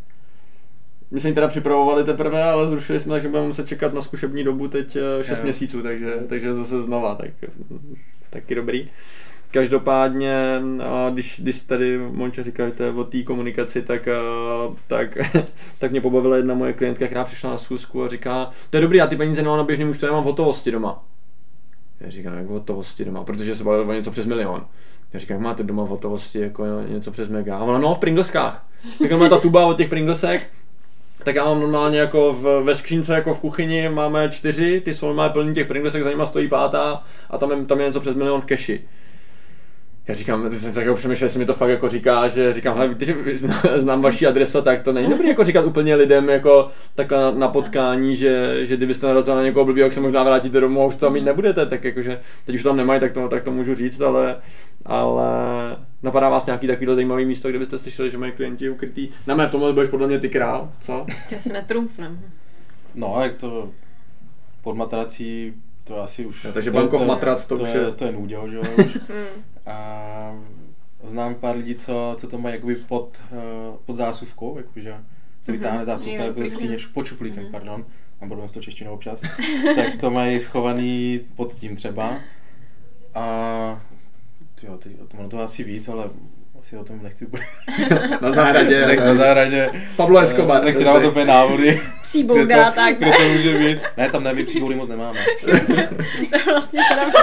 my jsme ji teda připravovali teprve, ale zrušili jsme, takže budeme muset čekat na zkušební dobu teď šest jo. měsíců, takže, takže zase znova, tak taky dobrý. Každopádně, když, když tady Monča říkal, že to je o té komunikaci, tak, tak, tak mě pobavila jedna moje klientka, která přišla na schůzku a říká, to je dobrý, já ty peníze nemám na běžném účtu, já mám v hotovosti doma. Já říkám, jak v hotovosti doma, protože se bavilo o něco přes milion. Já říkám, jak máte doma v hotovosti jako něco přes mega. A ona, no, v Pringleskách. Tak má ta tuba od těch Pringlesek, tak já mám normálně jako v, ve skřínce, jako v kuchyni máme čtyři, ty jsou normálně plný těch Pringlesek, za nima stojí pátá a tam je, tam je něco přes milion v keši. Já říkám, jsem tak přemýšlel, jestli mi to fakt jako říká, že říkám, hele, víte, že znám vaši adresu, tak to není dobrý jako říkat úplně lidem jako takhle na, na potkání, že, že kdybyste narazili na někoho blbýho, jak se možná vrátíte domů a už to tam mít nebudete, tak jakože teď už to tam nemají, tak to, tak to můžu říct, ale, ale Napadá vás nějaký takovýhle zajímavý místo, kde byste slyšeli, že mají klienti ukrytý? Na mé v tomhle budeš podle mě ty král, co? Já si netrumfnem. No, jak to pod matrací, to asi už... No, takže to, bankov to, matrac, to, to už je... je... To je nůděl, že jo? A znám pár lidí, co, co to mají jakoby pod, uh, pod zásuvkou, jakože se vytáhne zásuvka jako ze skříně, pod šuplíkem, mm-hmm. pardon, mám problém s tou češtinou občas, tak to mají schovaný pod tím třeba. A tyjo, ty, ono to asi víc, ale asi o tom nechci úplně. Na zahradě. Nech, na zahradě. Pablo Escobar. Nechci dávat úplně návody. Psí bouda, tak. Kde to může být. Ne, tam ne, my psí boudy moc nemáme. To je vlastně pravda.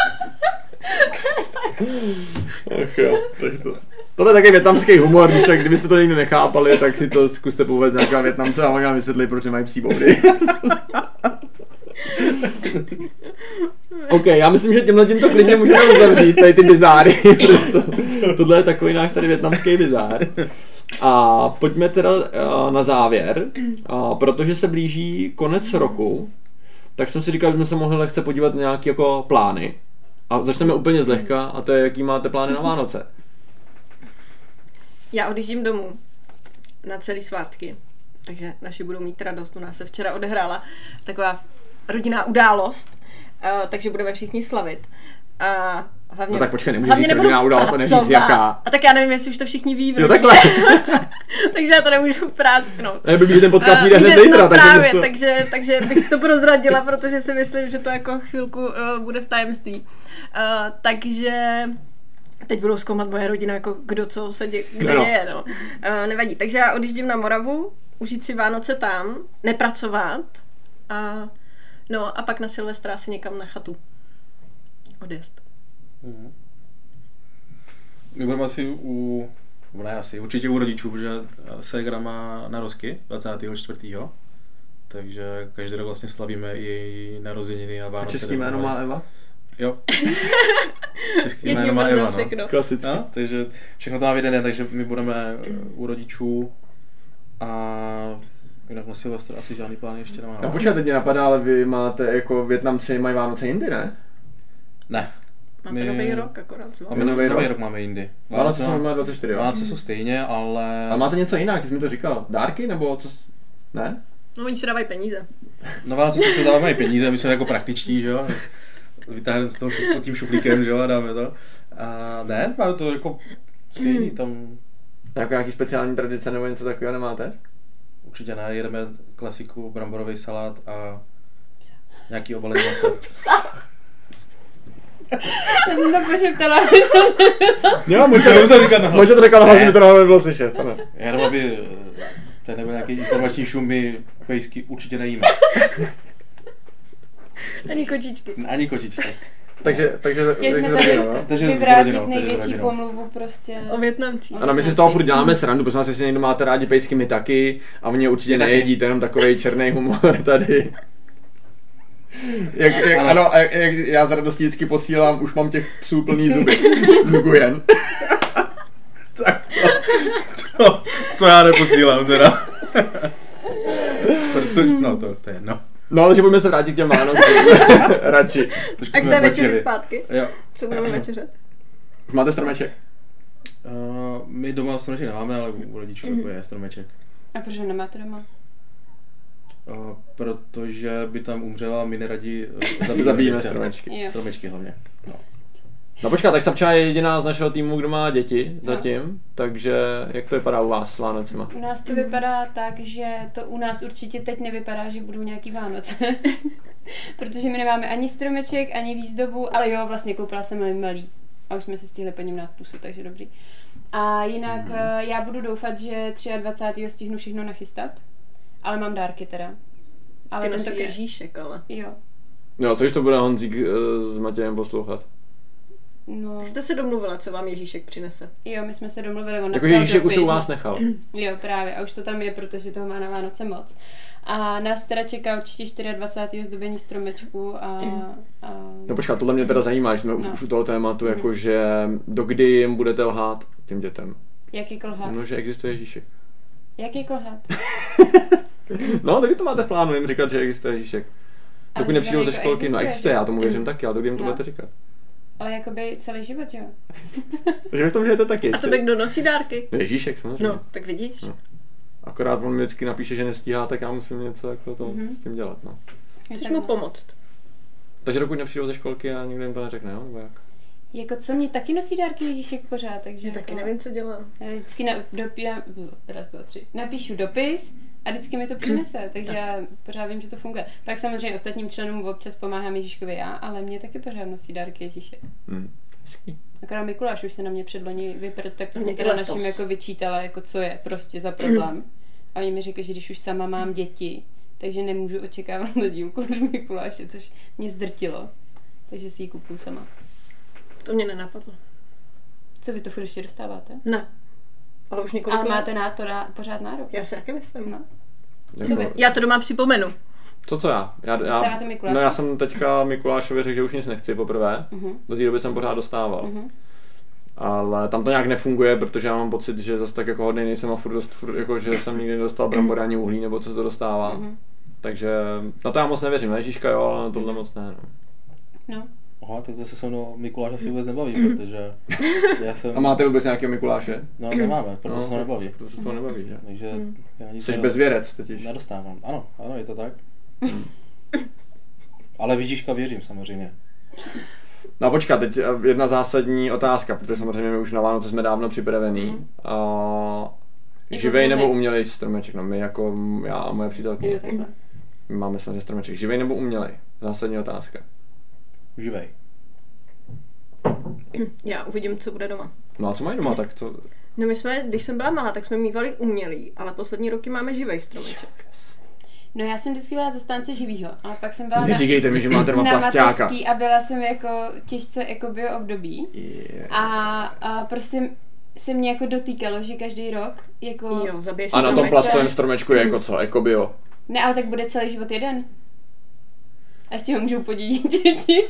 Ach jo, tak to. Tohle je taky vietnamský humor, když tak, kdybyste to někdo nechápali, tak si to zkuste povést nějaká Vietnamce a vám vám vysvětlit, proč nemají psí boudy. OK, já myslím, že tímhle tímto klidně můžeme uzavřít tady ty bizáry. to, tohle je takový náš tady vietnamský bizár. A pojďme teda na závěr, a protože se blíží konec roku, tak jsem si říkal, že jsme se mohli lehce podívat na nějaké jako plány. A začneme úplně zlehka, a to je, jaký máte plány na Vánoce. Já odjíždím domů na celý svátky, takže naši budou mít radost. U nás se včera odehrála taková rodinná událost, uh, takže budeme všichni slavit. A hlavně, no tak počkej, nemůžeš říct rodinná událost a neříct jaká. A tak já nevím, jestli už to všichni ví. Jo, takhle. Takže já to nemůžu prásknout. Já bych, že ten podcast vyjde hned zítra. No takže, právě, to... takže, takže bych to prozradila, protože si myslím, že to jako chvilku uh, bude v tajemství. Uh, takže... Teď budou zkoumat moje rodina, jako kdo co se dě, kde no. je, no. Uh, nevadí. Takže já odjíždím na Moravu, užít si Vánoce tam, nepracovat a no a pak na Silvestra si někam na chatu odjezd. Mm. My budeme asi u, ne asi, určitě u rodičů, protože ségra má narozky dvacátého čtvrtého Takže každý rok vlastně slavíme její narozeniny a Vánoce. A český jméno má Eva? Jo. Český jméno má Eva, no. Klasicky. No, takže všechno to má v jeden den, takže my budeme u rodičů a jinak na Silvestra asi žádný plán ještě nemáme. No počkej, teď mě napadá, ale vy máte, jako Vietnamci mají Vánoce jindy, ne? Ne. Máte my... nový rok akorát. Máme nový, nový rok máme jindy. Vánoce jsou dvacet čtyři, jo? Vánoce jsou stejně, ale... Ale máte něco jinak, jsi mi to říkal. Dárky, nebo co? Ne? No oni si dávají peníze. No Vánoce si předávají peníze, my jsme jako praktičtí, že jo? Vytáhneme s tím šup, tím šuplíkem, že jo, a dáme to. A ne, máme to jako stejný, tam... Jako nějaký speciální tradice nebo něco takového nemáte? Určitě ne, jedeme klasiku, bramborový salát a nějaký obalení masa. Já jsem to pošeptala. Jo, můžete to říkat na hlas. Můžete to říkat na hlas, mi to nahoře nebylo slyšet. Ano. Já jenom, aby tady nebyl nějaký informační šum, my pejsky určitě nejíme. Ani kočičky. Ani kočičky. Takže, takže, takže jsme tady vyvrátit největší pomluvu prostě. O Vietnamčí. Ano, my si z toho furt děláme srandu, protože jestli někdo máte rádi pejsky, my taky. A mě určitě nejedí, to je jenom takovej černý humor tady. Jak, jak, ano, jak, jak já z radostí vždycky posílám, už mám těch psů plný zuby. Nguyen. Tak to, to, to já neposílám teda. Proto, no to, to je jedno. No, takže pojďme se vrátit k těm Vánocům. Radši. Tak to je večeři zpátky. Jo. Co budeme večeřet? Už máte stromeček? Uh, my doma stromeček nemáme, ale u rodičů mm. je stromeček. A proč ho nemáte doma? Uh, protože by tam umřela a my neradi uh, zabijeme stromečky. Stromečky hlavně. No. No počká, tak Sapča je jediná z našeho týmu, kdo má děti zatím, no. Takže jak to vypadá u vás s Vánocima? U nás to vypadá tak, že to u nás určitě teď nevypadá, že budou nějaký Vánoce. Protože my nemáme ani stromeček, ani výzdobu, ale jo, vlastně koupila jsem malý. A už jsme se stihli po něm dát pusu, takže dobrý. A jinak mm. já budu doufat, že dvacátého třetího stihnu všechno nachystat, ale mám dárky teda. Ale ty nosí Ježíšek, ale. Jo. Jo, co když to bude Honzík uh, s Matějem poslouchat? No. Jste se domluvila, co vám Ježíšek přinese? Jo, my jsme se domluvili, on jako Ježíšek už to u vás nechal. Jo, právě, a už to tam je, protože toho má na Vánoce moc. A nás teda čeká určitě dvacátého čtvrtého zdobení stromečku a... a... No počká, tohle mě teda zajímá, že jsme no. už u toho tématu, mm. jakože dokdy jim budete lhát těm dětem? Jaký kolhát? No, že existuje Ježíšek. Jaký kolhát? No, dokdy to máte v plánu jim říkat, že existuje Ježíšek? Dokud nepřijdou ze školky, no existuje, já tomu věřím mm. taky, ale dokdy jim to no. budete říkat? Ale jakoby celý život, jo. Takže v tom žijete taky. A tebe kdo nosí dárky? Ježíšek, samozřejmě. No, tak vidíš. No. Akorát on mi vždycky napíše, že nestíhá, tak já musím něco jako to mm-hmm. s tím dělat, no. Chceš mu pomoct. Takže dokud nepřijdou ze školky a nikdo jim to neřekne, jo? Nebo jak? Jako co, mě taky nosí dárky Ježíšek pořád, takže... Já jako, taky nevím, co dělám. Já vždycky na, dopí, na, raz, dva, tři, napíšu dopis a vždycky mi to přinese, takže já pořád vím, že to funguje. Pak samozřejmě ostatním členům občas pomáhám Ježíškovi já, ale mě taky pořád nosí dárky Ježíšek. Hmm. Akorát Mikuláš už se na mě předloni vyprt, tak to jsem teda našim jako vyčítala, jako co je prostě za problém. A oni mi řekli, že když už sama mám děti, takže nemůžu očekávat na dílku od Mikuláše, což mě zdrtilo. Takže si ji kupuju sama. To mě nenapadlo. Co, vy to furt ještě dostáváte? Ne. Ale už několik Ale let. máte na to na, pořád nárok. Já si taky myslím. No. Jako, Co vy? Já to doma připomenu. Co co já? já, já Dostáváte Mikuláše? no já jsem teďka Mikulášovi řekl, že už nic nechci poprvé. Uh-huh. Do té doby jsem pořád dostával. Uh-huh. Ale tam to nějak nefunguje, protože já mám pocit, že zase tak jako hodnej nejsem a furt, dost, furt jako, že jsem nikdy nedostal brambory ani uhlí, nebo co se to dostává. Uh-huh. Takže na to já moc nevěřím, na Ježíška jo, ale na tohle moc ne. No. No. Aha, tak zase se mnou Mikuláš asi vůbec nebaví, protože já jsem... A máte vůbec nějakého Mikuláše? No, nemáme, proto no, se to nebaví. Proto se to nebaví, že? Takže já nic Jsi nedost... bezvěrec totiž. Nedostávám. Ano, ano, je to tak. Ale v Ježíška věřím samozřejmě. No počkat, teď jedna zásadní otázka, protože samozřejmě my už na Vánoce jsme dávno připravený. Mm. A živej nebo umělej stromeček? No my jako já a moje přítelkyně. My máme samozřejmě stromeček. Živej nebo umělej? Zásadní otázka. Živej. Já uvidím, co bude doma. No a co mají doma, tak co? No my jsme, když jsem byla malá, tak jsme mívali umělý, ale poslední roky máme živej stromeček. No já jsem vždycky byla zastánce živýho, ale pak jsem byla Neříkejte na, mi, že máte doma na plasťáka. mateřský a byla jsem jako těžce jako bio období. Yeah. A, a prostě se mě jako dotýkalo, že každý rok jako... Jo, zabiješ a na tom stromeček. plastovém stromečku je jako co? Jako bio? Ne, ale tak bude celý život jeden. A ještě ho můžou podědit děti.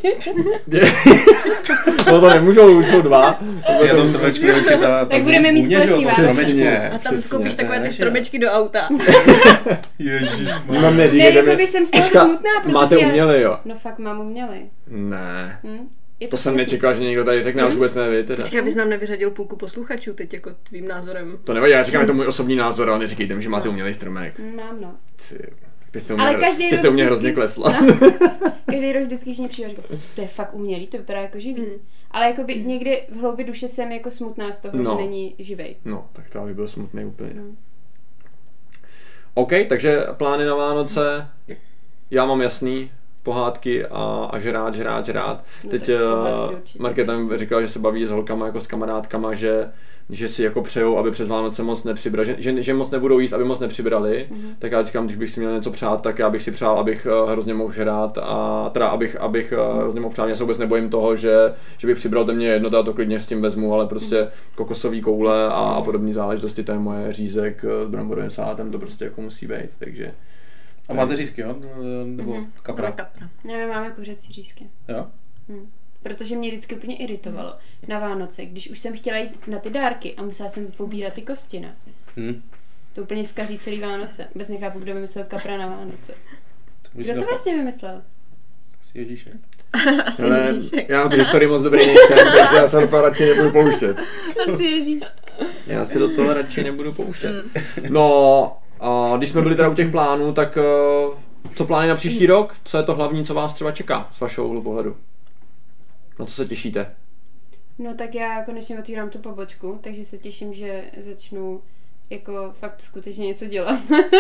No to nemůžou, už jsou dva. Já to stromečku nevyčítá. Tak budeme mít společný Vánoce. A tam koupíš takové ty stromečky do auta. Mám Ne, neříkejte jako mi. by jsem z toho Počka, smutná, protože... máte umělej, jo? No fakt mám umělej. Ne. Hm? Je To jsem smutný. nečekal, že někdo tady řekne, ale vůbec neví teda. Počkej, abys nám nevyřadil půlku posluchačů teď jako tvým názorem. To nevadí, já říkám, je to můj osobní názor, ale neříkejte mi, že máte umělej stromek. Hm, Mám, no. Ty, ty jste u mě, Ale hro- každý ty jste rok u mě vždycky- hrozně klesla. No. Každý rok vždycky, když mě přijde, říkám, to je fakt umělý, to vypadá jako živý. Mm. Ale jakoby někdy v hloubi duše jsem jako smutná z toho, No. že není živej. No, tak to by byl smutný úplně. Mm. OK, takže plány na Vánoce, já mám jasný, pohádky a, a žrát, žrát, žrát. No Teď tak pohádky určitě. Markéta mi říkala, že se baví s holkama jako s kamarádkama, že, že si jako přejou, aby přes Vánoce moc nepřibrali, že, že, že moc nebudou jíst, aby moc nepřibrali. Mm-hmm. Tak já říkám, když bych si měl něco přát, tak já bych si přál, abych uh, hrozně mohl žrát a teda abych, abych uh, hrozně mohl přát. Já se vůbec nebojím toho, že, že bych přibral, to mě jedno, já to klidně s tím vezmu, ale prostě kokosový koule a, a podobné záležitosti, to je moje řízek s bramborovým salátem, to prostě jako musí být, takže... A máte řízky, jo? Nebo Mhm. kapra? kapra. Ne, my máme kuřecí řízky. Jo? Hm. Protože mě vždycky úplně iritovalo na Vánoce, když už jsem chtěla jít na ty dárky a musela jsem pobírat ty kostiny. Hm. To úplně zkazí celý Vánoce. Vůbec nechápu, kdo vymyslel kapra na Vánoce. Kdo to Myslím, vlastně vymyslel? Asi Ježíšek. Asi Ale Ježíšek. já na tu historii moc dobrý nejsem, takže já se do toho radši nebudu pouštět. Asi Ježíš. Já se do toho radši nebudu pouštět. No, a když jsme byli teda u těch plánů, tak uh, co plány na příští rok? Co je to hlavní, co vás třeba čeká z vašeho úhlu pohledu? Na co se těšíte? No tak já konečně otvírám tu pobočku, takže se těším, že začnu jako fakt skutečně něco dělat.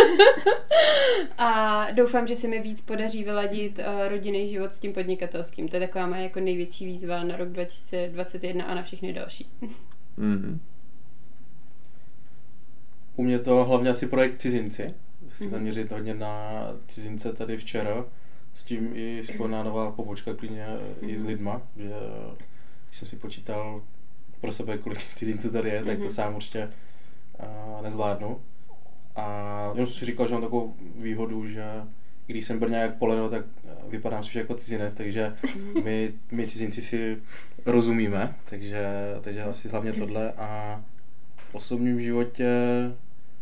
A doufám, že se mi víc podaří vyladit uh, rodinný život s tím podnikatelským. To je taková moje jako největší výzva na rok dva tisíce dvacet jedna a na všechny další. Mm-hmm. U mě to hlavně asi projekt Cizinci. Chci tam Mhm. měřit hodně na cizince tady včera. S tím i spojená nová pobočka klidně i s lidma, že když jsem si počítal pro sebe, kolik cizinců tady je, tak to Mhm. sám určitě uh, nezvládnu. A jenom jsem si říkal, že mám takovou výhodu, že když jsem Brňák Poleno, tak vypadám spíš jako cizinec, takže my, my cizinci si rozumíme, takže, takže asi hlavně tohle. A v osobním životě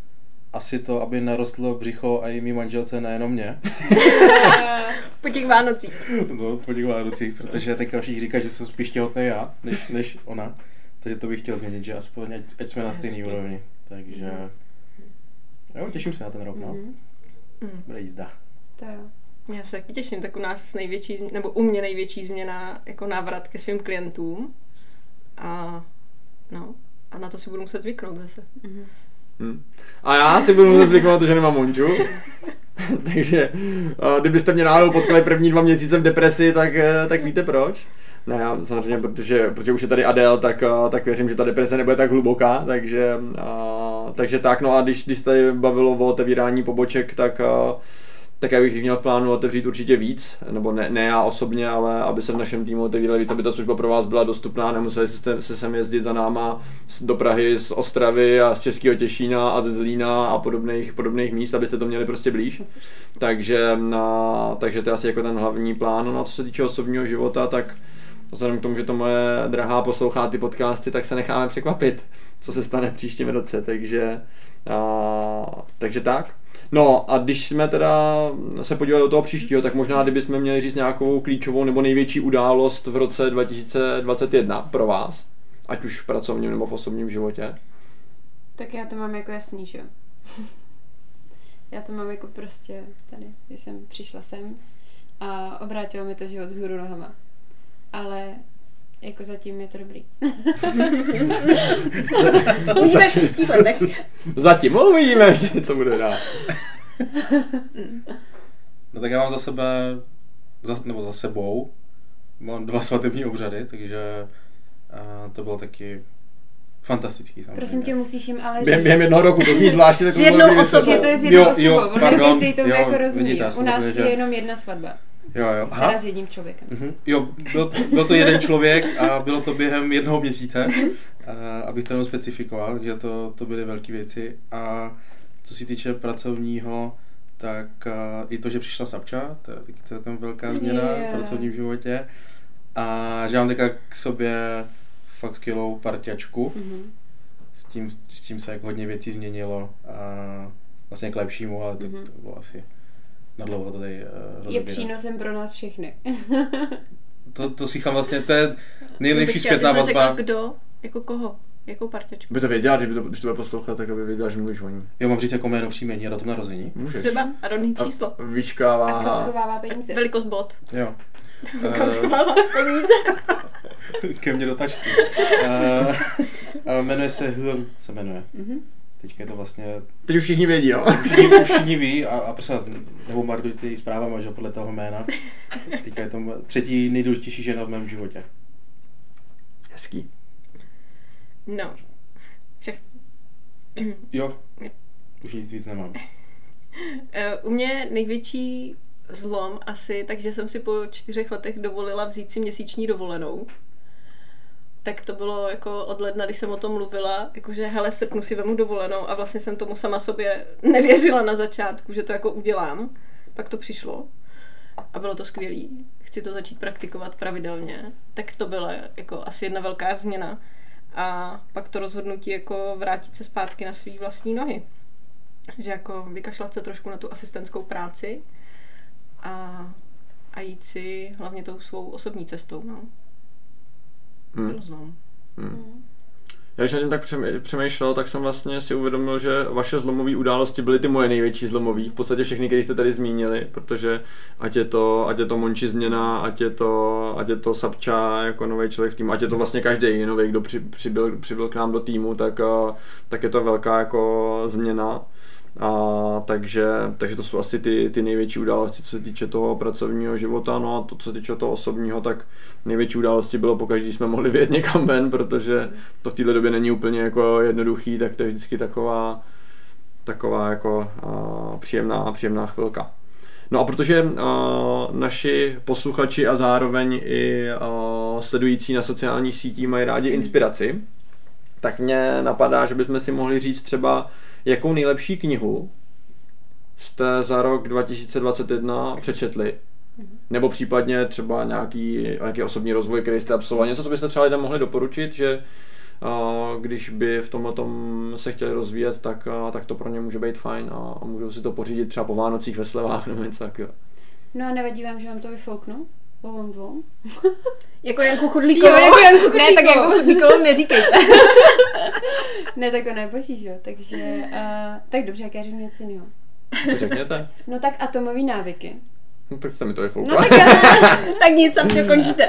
asi to, aby narostlo břicho a i mý manželce, nejenom mě. Po těch Vánocích. No, po těch Vánocích, protože teďka všichni říkají, že jsem spíš těhotný já, než, než ona. Takže to bych chtěl změnit, že aspoň ať, ať jsme na stejný úrovni. Takže jo, těším se na ten rok, no. Mm. Bude jízda. To jo. Já se taky těším, tak u nás největší, nebo u mě největší změna jako návrat ke svým klientům. A no, a na to si budu muset zvyknout zase. Mm-hmm. Hmm. A já si budu muset zvyknout na to, že nemám Monču. Takže kdybyste mě náhodou potkali první dva měsíce v depresi, tak, tak víte proč. Ne, já samozřejmě, protože, protože už je tady Adel, tak, tak věřím, že ta deprese nebude tak hluboká, takže, a, takže tak, no a když, když tady bavilo o otevírání poboček, tak, a, tak já bych měl v plánu otevřít určitě víc, nebo ne, ne já osobně, ale aby se v našem týmu otevírali víc, aby ta služba pro vás byla dostupná, nemuseli jste se sem jezdit za náma do Prahy, z Ostravy a z Českého Těšína a ze Zlína a podobných, podobných míst, abyste to měli prostě blíž. Takže, a, takže to je asi jako ten hlavní plán. No a co se týče osobního života, tak vzhledem k tomu, že to moje drahá poslouchá ty podcasty, tak se necháme překvapit, co se stane v příštím roce, takže, a, takže tak. No a když jsme teda se podívali do toho příštího, tak možná kdybychom měli říct nějakou klíčovou nebo největší událost v roce dva tisíce dvacet jedna pro vás, ať už v pracovním nebo v osobním životě. Tak já to mám jako jasný, že jo. Já to mám jako prostě tady, když jsem přišla sem a obrátilo mi to život vzhůru nohama. Ale jako zatím je to dobrý. Uvidíme v příštích letech. Zatím uvidíme ještě, co bude dál. No tak já mám za sebe, za, nebo za sebou, mám dva svatební obřady, takže a, to bylo taky fantastický. Samozřejmě. Prosím tě, musíš jim ale říct. Během, během jednoho roku, to zní zvláště. S jednou osobou. Že to je s jednou Jo, osobou, jo, ono pardon, každý tomu jo, jako rozumí. vidíte, já jsem U nás zapomněl, je že- jenom jedna svatba. Jo, jo. Aha. Teda s jedním člověkem. Mhm. Jo, byl, byl to jeden člověk a bylo to během jednoho měsíce, a, abych to jenom specifikoval, takže to, to byly velké věci. A co se týče pracovního, tak a, i to, že přišla Sapča, to je taky celkem velká změna Yeah. v pracovním životě. A že mám teďka k sobě fakt skvělou parťačku, Mhm. s tím, s tím se jako hodně věcí změnilo a vlastně k lepšímu, ale to, Mhm. to bylo asi nadlouho to tady uh, Je rozebírat. přínosem pro nás všechny. To, to slychám vlastně, to je nejlepší Bych zpětná chtěla, ty jsi vazba. řekla kdo, jako koho, jakou parťačku. By to věděla, když, by to, když to bude poslouchat, tak aby věděla, že mluvíš o ní. Jo, mám říct jako jméno, příjmení a datum narození. Můžeš. Třeba a rodný číslo. A výška, A kam váha. schovává peníze. Velikost bod. Jo. Kam Eh, schovává peníze. Ke mně do tašky. Uh, uh, jmenuje se Huon, se jmenuje. Mhm. Teďka je to vlastně, Teď už všichni vědí, no. všichni, už všichni ví a, a prostě nebombardujte její zprávama, že podle toho jména. Teďka je to třetí nejdůležitější žena v mém životě. Hezký. No. Však. Jo, už nic víc nemám. Eh, U mě největší zlom asi, takže jsem si po čtyřech letech dovolila vzít si měsíční dovolenou. Tak to bylo jako od ledna, když jsem o tom mluvila, jakože hele, v srpnu si vemu dovolenou a vlastně jsem tomu sama sobě nevěřila na začátku, že to jako udělám. Pak to přišlo a bylo to skvělý. Chci to začít praktikovat pravidelně. Tak to byla jako asi jedna velká změna. A pak to rozhodnutí jako vrátit se zpátky na svý vlastní nohy. Že jako vykašlat se trošku na tu asistentskou práci a, a jít si hlavně tou svou osobní cestou, no. Hmm. Byl zlom. Hmm. Já když na tím tak přemýšlel, tak jsem vlastně si uvědomil, že vaše zlomové události byly ty moje největší zlomové. V podstatě všechny, které jste tady zmínili, protože ať je to, ať je to Monči změna, ať je to, ať je to Sapča jako nový člověk v týmu, ať je to vlastně každý nový, kdo při, přibyl, přibyl k nám do týmu, tak, tak je to velká jako změna. A, takže, takže to jsou asi ty, ty největší události, co se týče toho pracovního života. No a to, co se týče toho osobního, tak největší události bylo pokaždý jsme mohli vyjet někam ven, protože to v této době není úplně jako jednoduchý, tak to je vždycky taková, taková jako a, příjemná, příjemná chvilka. No a protože uh, naši posluchači a zároveň i uh, sledující na sociálních sítích mají rádi inspiraci, tak mě napadá, že bychom si mohli říct třeba, jakou nejlepší knihu jste za rok dva tisíce dvacet jedna přečetli? Nebo případně třeba nějaký, nějaký osobní rozvoj, který jste absolvovali. Něco, co byste třeba lidem mohli doporučit, že když by v tomhle tom se chtěli rozvíjet, tak, tak to pro ně může být fajn a, a můžou si to pořídit třeba po Vánocích ve slevách nebo něco takového. No a nevadí vám, že vám to vyfouknu? Povím dvou. Jako Janku Chudlíkovou? Jo, jako Janku Chudlíkovou. Ne, tak Janku Chudlíkovou neříkejte. Ne, tak ona je boží, že jo, takže, uh, tak dobře, jak já řeknu něco jiného. To řekněte. No tak atomový návyky. No tak jste mi to vyfoukla. No tak já... Tak nic, sam čo končíte.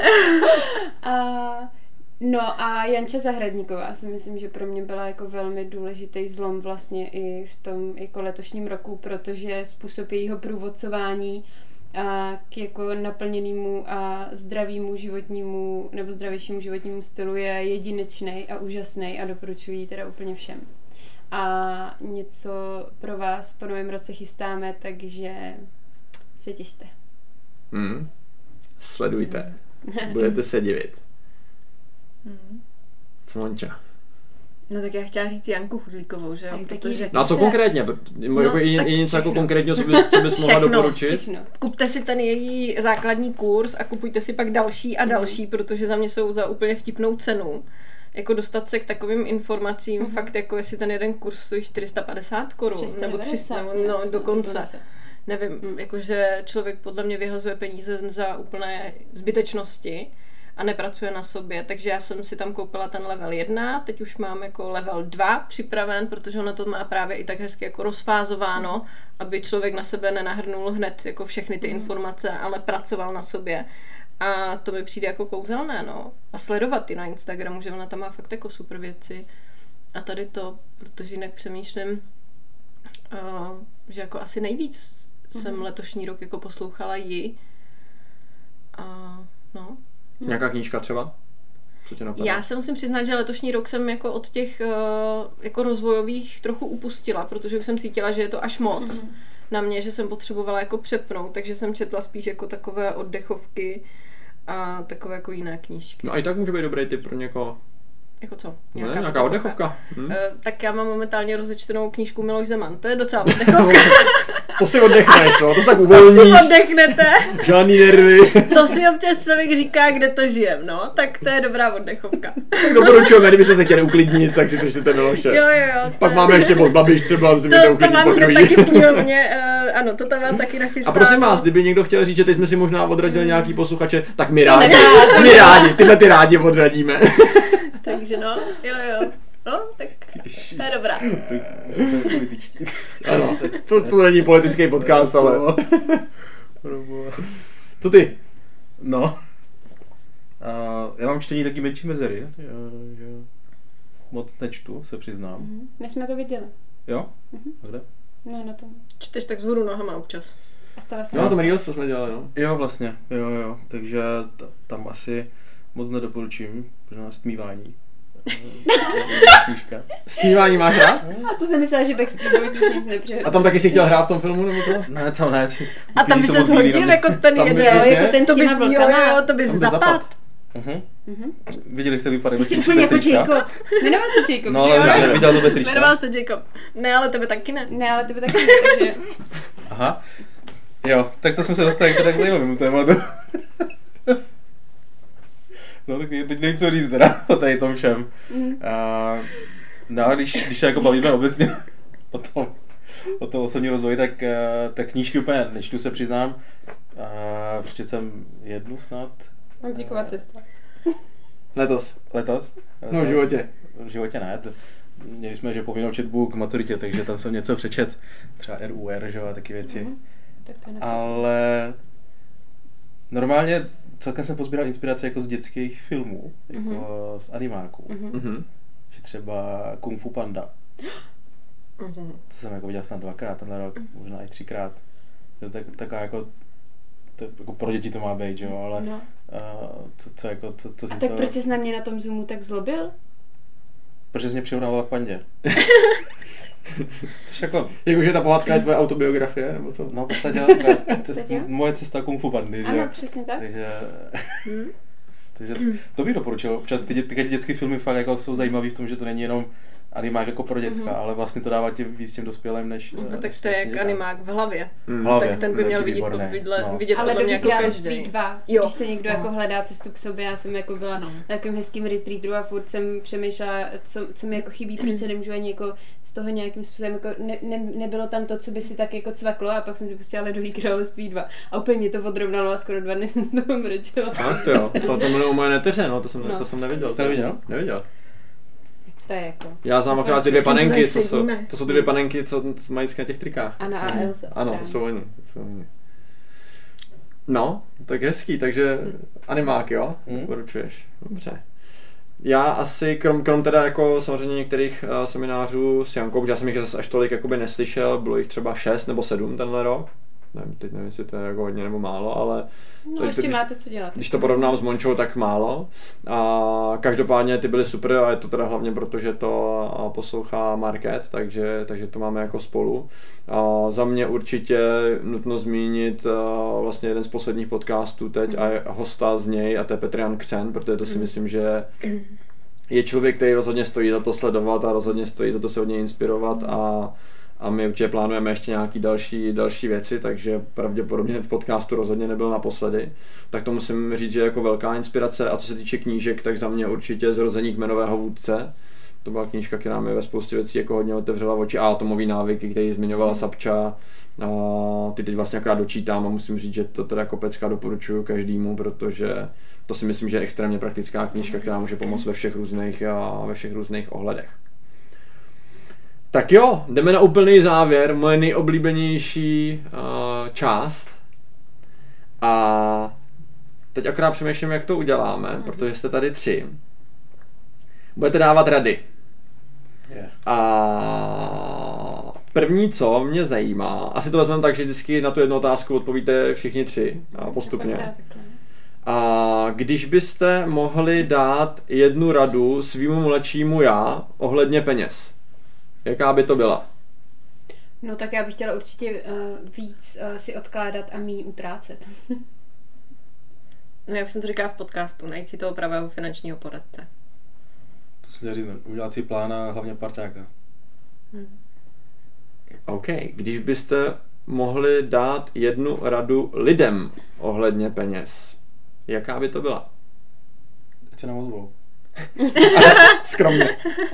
uh, no a Janča Zahradníková si myslím, že pro mě byla jako velmi důležitý zlom vlastně i v tom jako letošním roku, protože způsob jejího průvodcování a k jako naplněnému a zdravému životnímu nebo zdravějšímu životnímu stylu je jedinečný a úžasný a doporučuji teda úplně všem. A něco pro vás po novém roce chystáme, takže se těšte. Hmm. Sledujte. Budete se divit. Hmm. Co Monča? No tak já chtěla říct Janku Chudlíkovou, že jo, protože... No a co konkrétně? No, jako je, je něco jako konkrétního, co bys, co bys mohla doporučit? Všechno. Kupte si ten její základní kurz a kupujte si pak další a další, mm. protože za mě jsou za úplně vtipnou cenu. Jako dostat se k takovým informacím, mm. fakt jako jestli ten jeden kurz stojí čtyři sta padesát korun, nebo tři sta, nebo no, dokonce. dokonce. Nevím, mm. jakože člověk podle mě vyhazuje peníze za úplné zbytečnosti a nepracuje na sobě, takže já jsem si tam koupila ten level jedna, teď už mám jako level dva připraven, protože ono to má právě i tak hezky jako rozfázováno, aby člověk na sebe nenahrnul hned jako všechny ty informace, ale pracoval na sobě. A to mi přijde jako kouzelné, no. A sledovat i na Instagramu, že ona tam má fakt jako super věci. A tady to, protože jinak přemýšlím, uh, že jako asi nejvíc jsem mm. letošní rok jako poslouchala ji. A no. Nějaká knížka třeba? Co tě napadá? Já se musím přiznat, že letošní rok jsem jako od těch uh, jako rozvojových trochu upustila, protože už jsem cítila, že je to až moc mm-hmm. na mě, že jsem potřebovala jako přepnout, takže jsem četla spíš jako takové oddechovky a takové jako jiné knížky. No a i tak může být dobrý tip pro někoho. Jako co? Nějaká, ne, nějaká oddechovka. Hm? Uh, tak já mám momentálně rozečtenou knížku Miloš Zeman, to je docela oddechovka. To si oddechneš, no, to se tak uvolníš. To si oddechnete. Žádný nervy. To si občas člověk říká, kde to žijem, no, tak to je dobrá oddechovka. Tak doporučujeme, kdybyste se chtěli uklidnit, tak si to čtěte Miloše. Jo, jo, jo. Pak máme ještě Boss Babiš třeba, si můžete uklidnit po druhý. To mám taky v knihovně, uh, ano, to tam mám taky nachystáno. A prosím vás, kdyby někdo chtěl říct, že teď jsme si možná odradili nějaký posluchače, tak my rádi, my rádi, tyhle ty rádi odradíme. Takže no, jo, jo. No, tak to je dobrá. Ano, to, to není politický podcast, ale... Co ty? No. Uh, já mám čtení taky menší mezery, že, že moc nečtu, se přiznám. Mm-hmm. My jsme to viděli. Jo? Mm-hmm. A kde? No, na tom. Čteš tak vzhůru nohama občas. A s telefonem. Jo, to Reels, co jsme dělali, no. Jo, vlastně, jo, jo, takže t- tam asi moc nedoporučím, protože na stmívání. Stmívání máš rád? A to jsem myslela, že Backstreet Boys už nic nepřijde. A tam taky si chtěl hrát v tom filmu, nebo co? Ne, tam ne. Ty, a tam by se shodil jako ten tam jeden. Jo, jako ten s těma vlkama. Jo, to by zapad. Uh-huh. Uh-huh. Viděli jste vypadat ty jsi úplně jako Jacob. Jmenoval se Jacob, no, ale jo? viděl to bez trička. Jmenoval se Jacob. Ne, ale tebe taky ne. Ne, ale tebe taky ne, takže... Aha. Jo, tak to jsme se dostali k teda k zajímavému tématu. No tak teď nevím, co říct teda o tady tom všem. Mm. Uh, no a když, když se jako bavíme obecně o tom, o tom osobním rozvoji, tak, uh, tak knížky úplně nečtu, se přiznám. Uh, přečet jsem jednu snad. Antiková cesta. Letos. Letos? No v životě. V životě ne. To, měli jsme, že povinnou četbu k maturitě, takže tam jsem něco přečet. Třeba R U R, že a taky věci. Mm. Tak to ale normálně celkem jsem pozbíral inspirace jako z dětských filmů, jako mm-hmm. z animáků. Mm-hmm. Že třeba Kung Fu Panda. Mm-hmm. To jsem jako viděl snad dvakrát tenhle rok, možná i třikrát. Že tak, taková jako, to, jako pro děti to má být, že jo, ale no. uh, co, co jako, co, co si A tak to... proč jsi na mě na tom Zoomu tak zlobil? Protože jsi mě přirovnával k pandě. Což jako... Jakože ta pohádka je tvoje autobiografie, nebo co? No, v podstatě moje cesta Kung Fu Pandy, ano, že? Přesně tak. Takže... takže to bych doporučil. Občas ty, ty, ty dětské filmy fakt jako jsou zajímavý v tom, že to není jenom animák jako pro děcka, Mhm. ale vlastně to dává ti víc těm dospělým než... No, než tak to je jak dětem. animák v hlavě. Mm. V hlavě. Tak ten by No, měl taky vidět, výborný. vidět, No. vidět Ale podle mě Dobrý jako království každý. dva, Jo. když se někdo No. jako hledá cestu k sobě, já jsem jako byla No. na takovém hezkým retreatu a furt jsem přemýšlela, co, co mi jako chybí, proč se nemůžu ani jako z toho nějakým způsobem, jako ne, ne, nebylo tam to, co by si tak jako cvaklo a pak jsem si pustila Ledový království dva a úplně mě to odrovnalo a skoro dva dny jsem z toho mrčila. Fakt jo, to, to jmenuji moje neteře, no, to jsem, No. to jsem neviděl. Jste neviděl? Neviděl. To je jako... Já znám Jako akorát ty dvě s kým to panenky, tady co jsou, sedíme? to jsou ty dvě panenky, co mají vždycky na těch trikách. Anna a Jsou- Elsa, Ano, to správně. jsou oni. To jsou oni. No, tak hezký, takže animák, jo? Mm. Doporučuješ. Dobře. Já asi, krom, krom teda jako samozřejmě některých uh, seminářů s Jankou, protože já jsem jich zase až tolik jakoby neslyšel, bylo jich třeba šest nebo sedm tenhle rok. Nevím, teď nevím, jestli to je jako hodně nebo málo, ale No to, ještě když, máte co dělat. když to porovnám s Mončou, tak málo. A každopádně ty byly super a je to teda hlavně proto, že to poslouchá Market, takže, takže to máme jako spolu. A za mě určitě nutno zmínit a vlastně jeden z posledních podcastů teď a je hosta z něj a to je Petr Jan Křen, protože to si myslím, že je člověk, který rozhodně stojí za to sledovat a rozhodně stojí za to se od něj inspirovat a a my určitě plánujeme ještě nějaký další, další věci, takže pravděpodobně v podcastu rozhodně nebyl naposledy. Tak to musím říct, že jako velká inspirace. A co se týče knížek, tak za mě určitě Zrození kmenového vůdce. To byla knížka, která mi ve spoustě věcí jako hodně otevřela oči. A atomový návyky, který zmiňovala Sapča. A ty teď vlastně akorát dočítám a musím říct, že to teda jako pecka doporučuju každému, protože to si myslím, že je extrémně praktická knížka, která může pomoct ve všech různých, a ve všech různých ohledech. Tak jo, jdeme na úplný závěr, moje nejoblíbenější uh, část. A teď akorát přemýšlím, jak to uděláme, mm-hmm. protože jste tady tři. Budete dávat rady. Yeah. A první, co mě zajímá, asi to vezmeme tak, že vždycky na tu jednu otázku odpovíte všichni tři a postupně. A když byste mohli dát jednu radu svýmu mladšímu já ohledně peněz, jaká by to byla? No tak já bych chtěla určitě uh, víc uh, si odkládat a míň utrácet. No já už jsem to říkala v podcastu, najít si toho pravého finančního poradce. To jsem chtěl říct, udělat si plán a hlavně parťáka. Hmm. OK, když byste mohli dát jednu radu lidem ohledně peněz, jaká by to byla? Ať se nám ozvou. Skromně.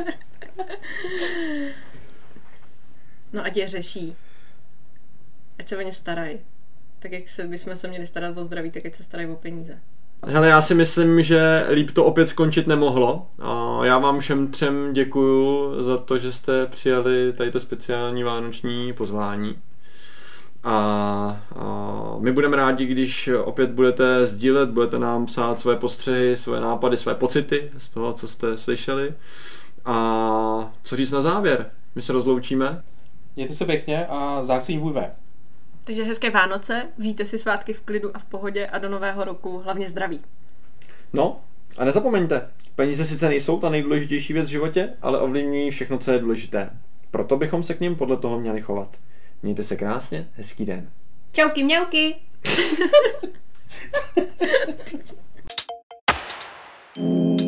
No ať je řeší. Ať se o ně starají. Tak jak se bychom se měli starat o zdraví, tak ať se starají o peníze. Hele, já si myslím, že líp to opět skončit nemohlo. A já vám všem třem děkuju za to, že jste přijali tady to speciální vánoční pozvání. A, a my budeme rádi, když opět budete sdílet, budete nám psát svoje postřehy, svoje nápady, své pocity z toho, co jste slyšeli. A co říct na závěr? My se rozloučíme. Mějte se pěkně a zácení vůjve. Takže hezké Vánoce, žijte si svátky v klidu a v pohodě a do nového roku hlavně zdraví. No a nezapomeňte, peníze sice nejsou ta nejdůležitější věc v životě, ale ovlivňují všechno, co je důležité. Proto bychom se k nim podle toho měli chovat. Mějte se krásně, hezký den. Čauky mňauky! Thank you.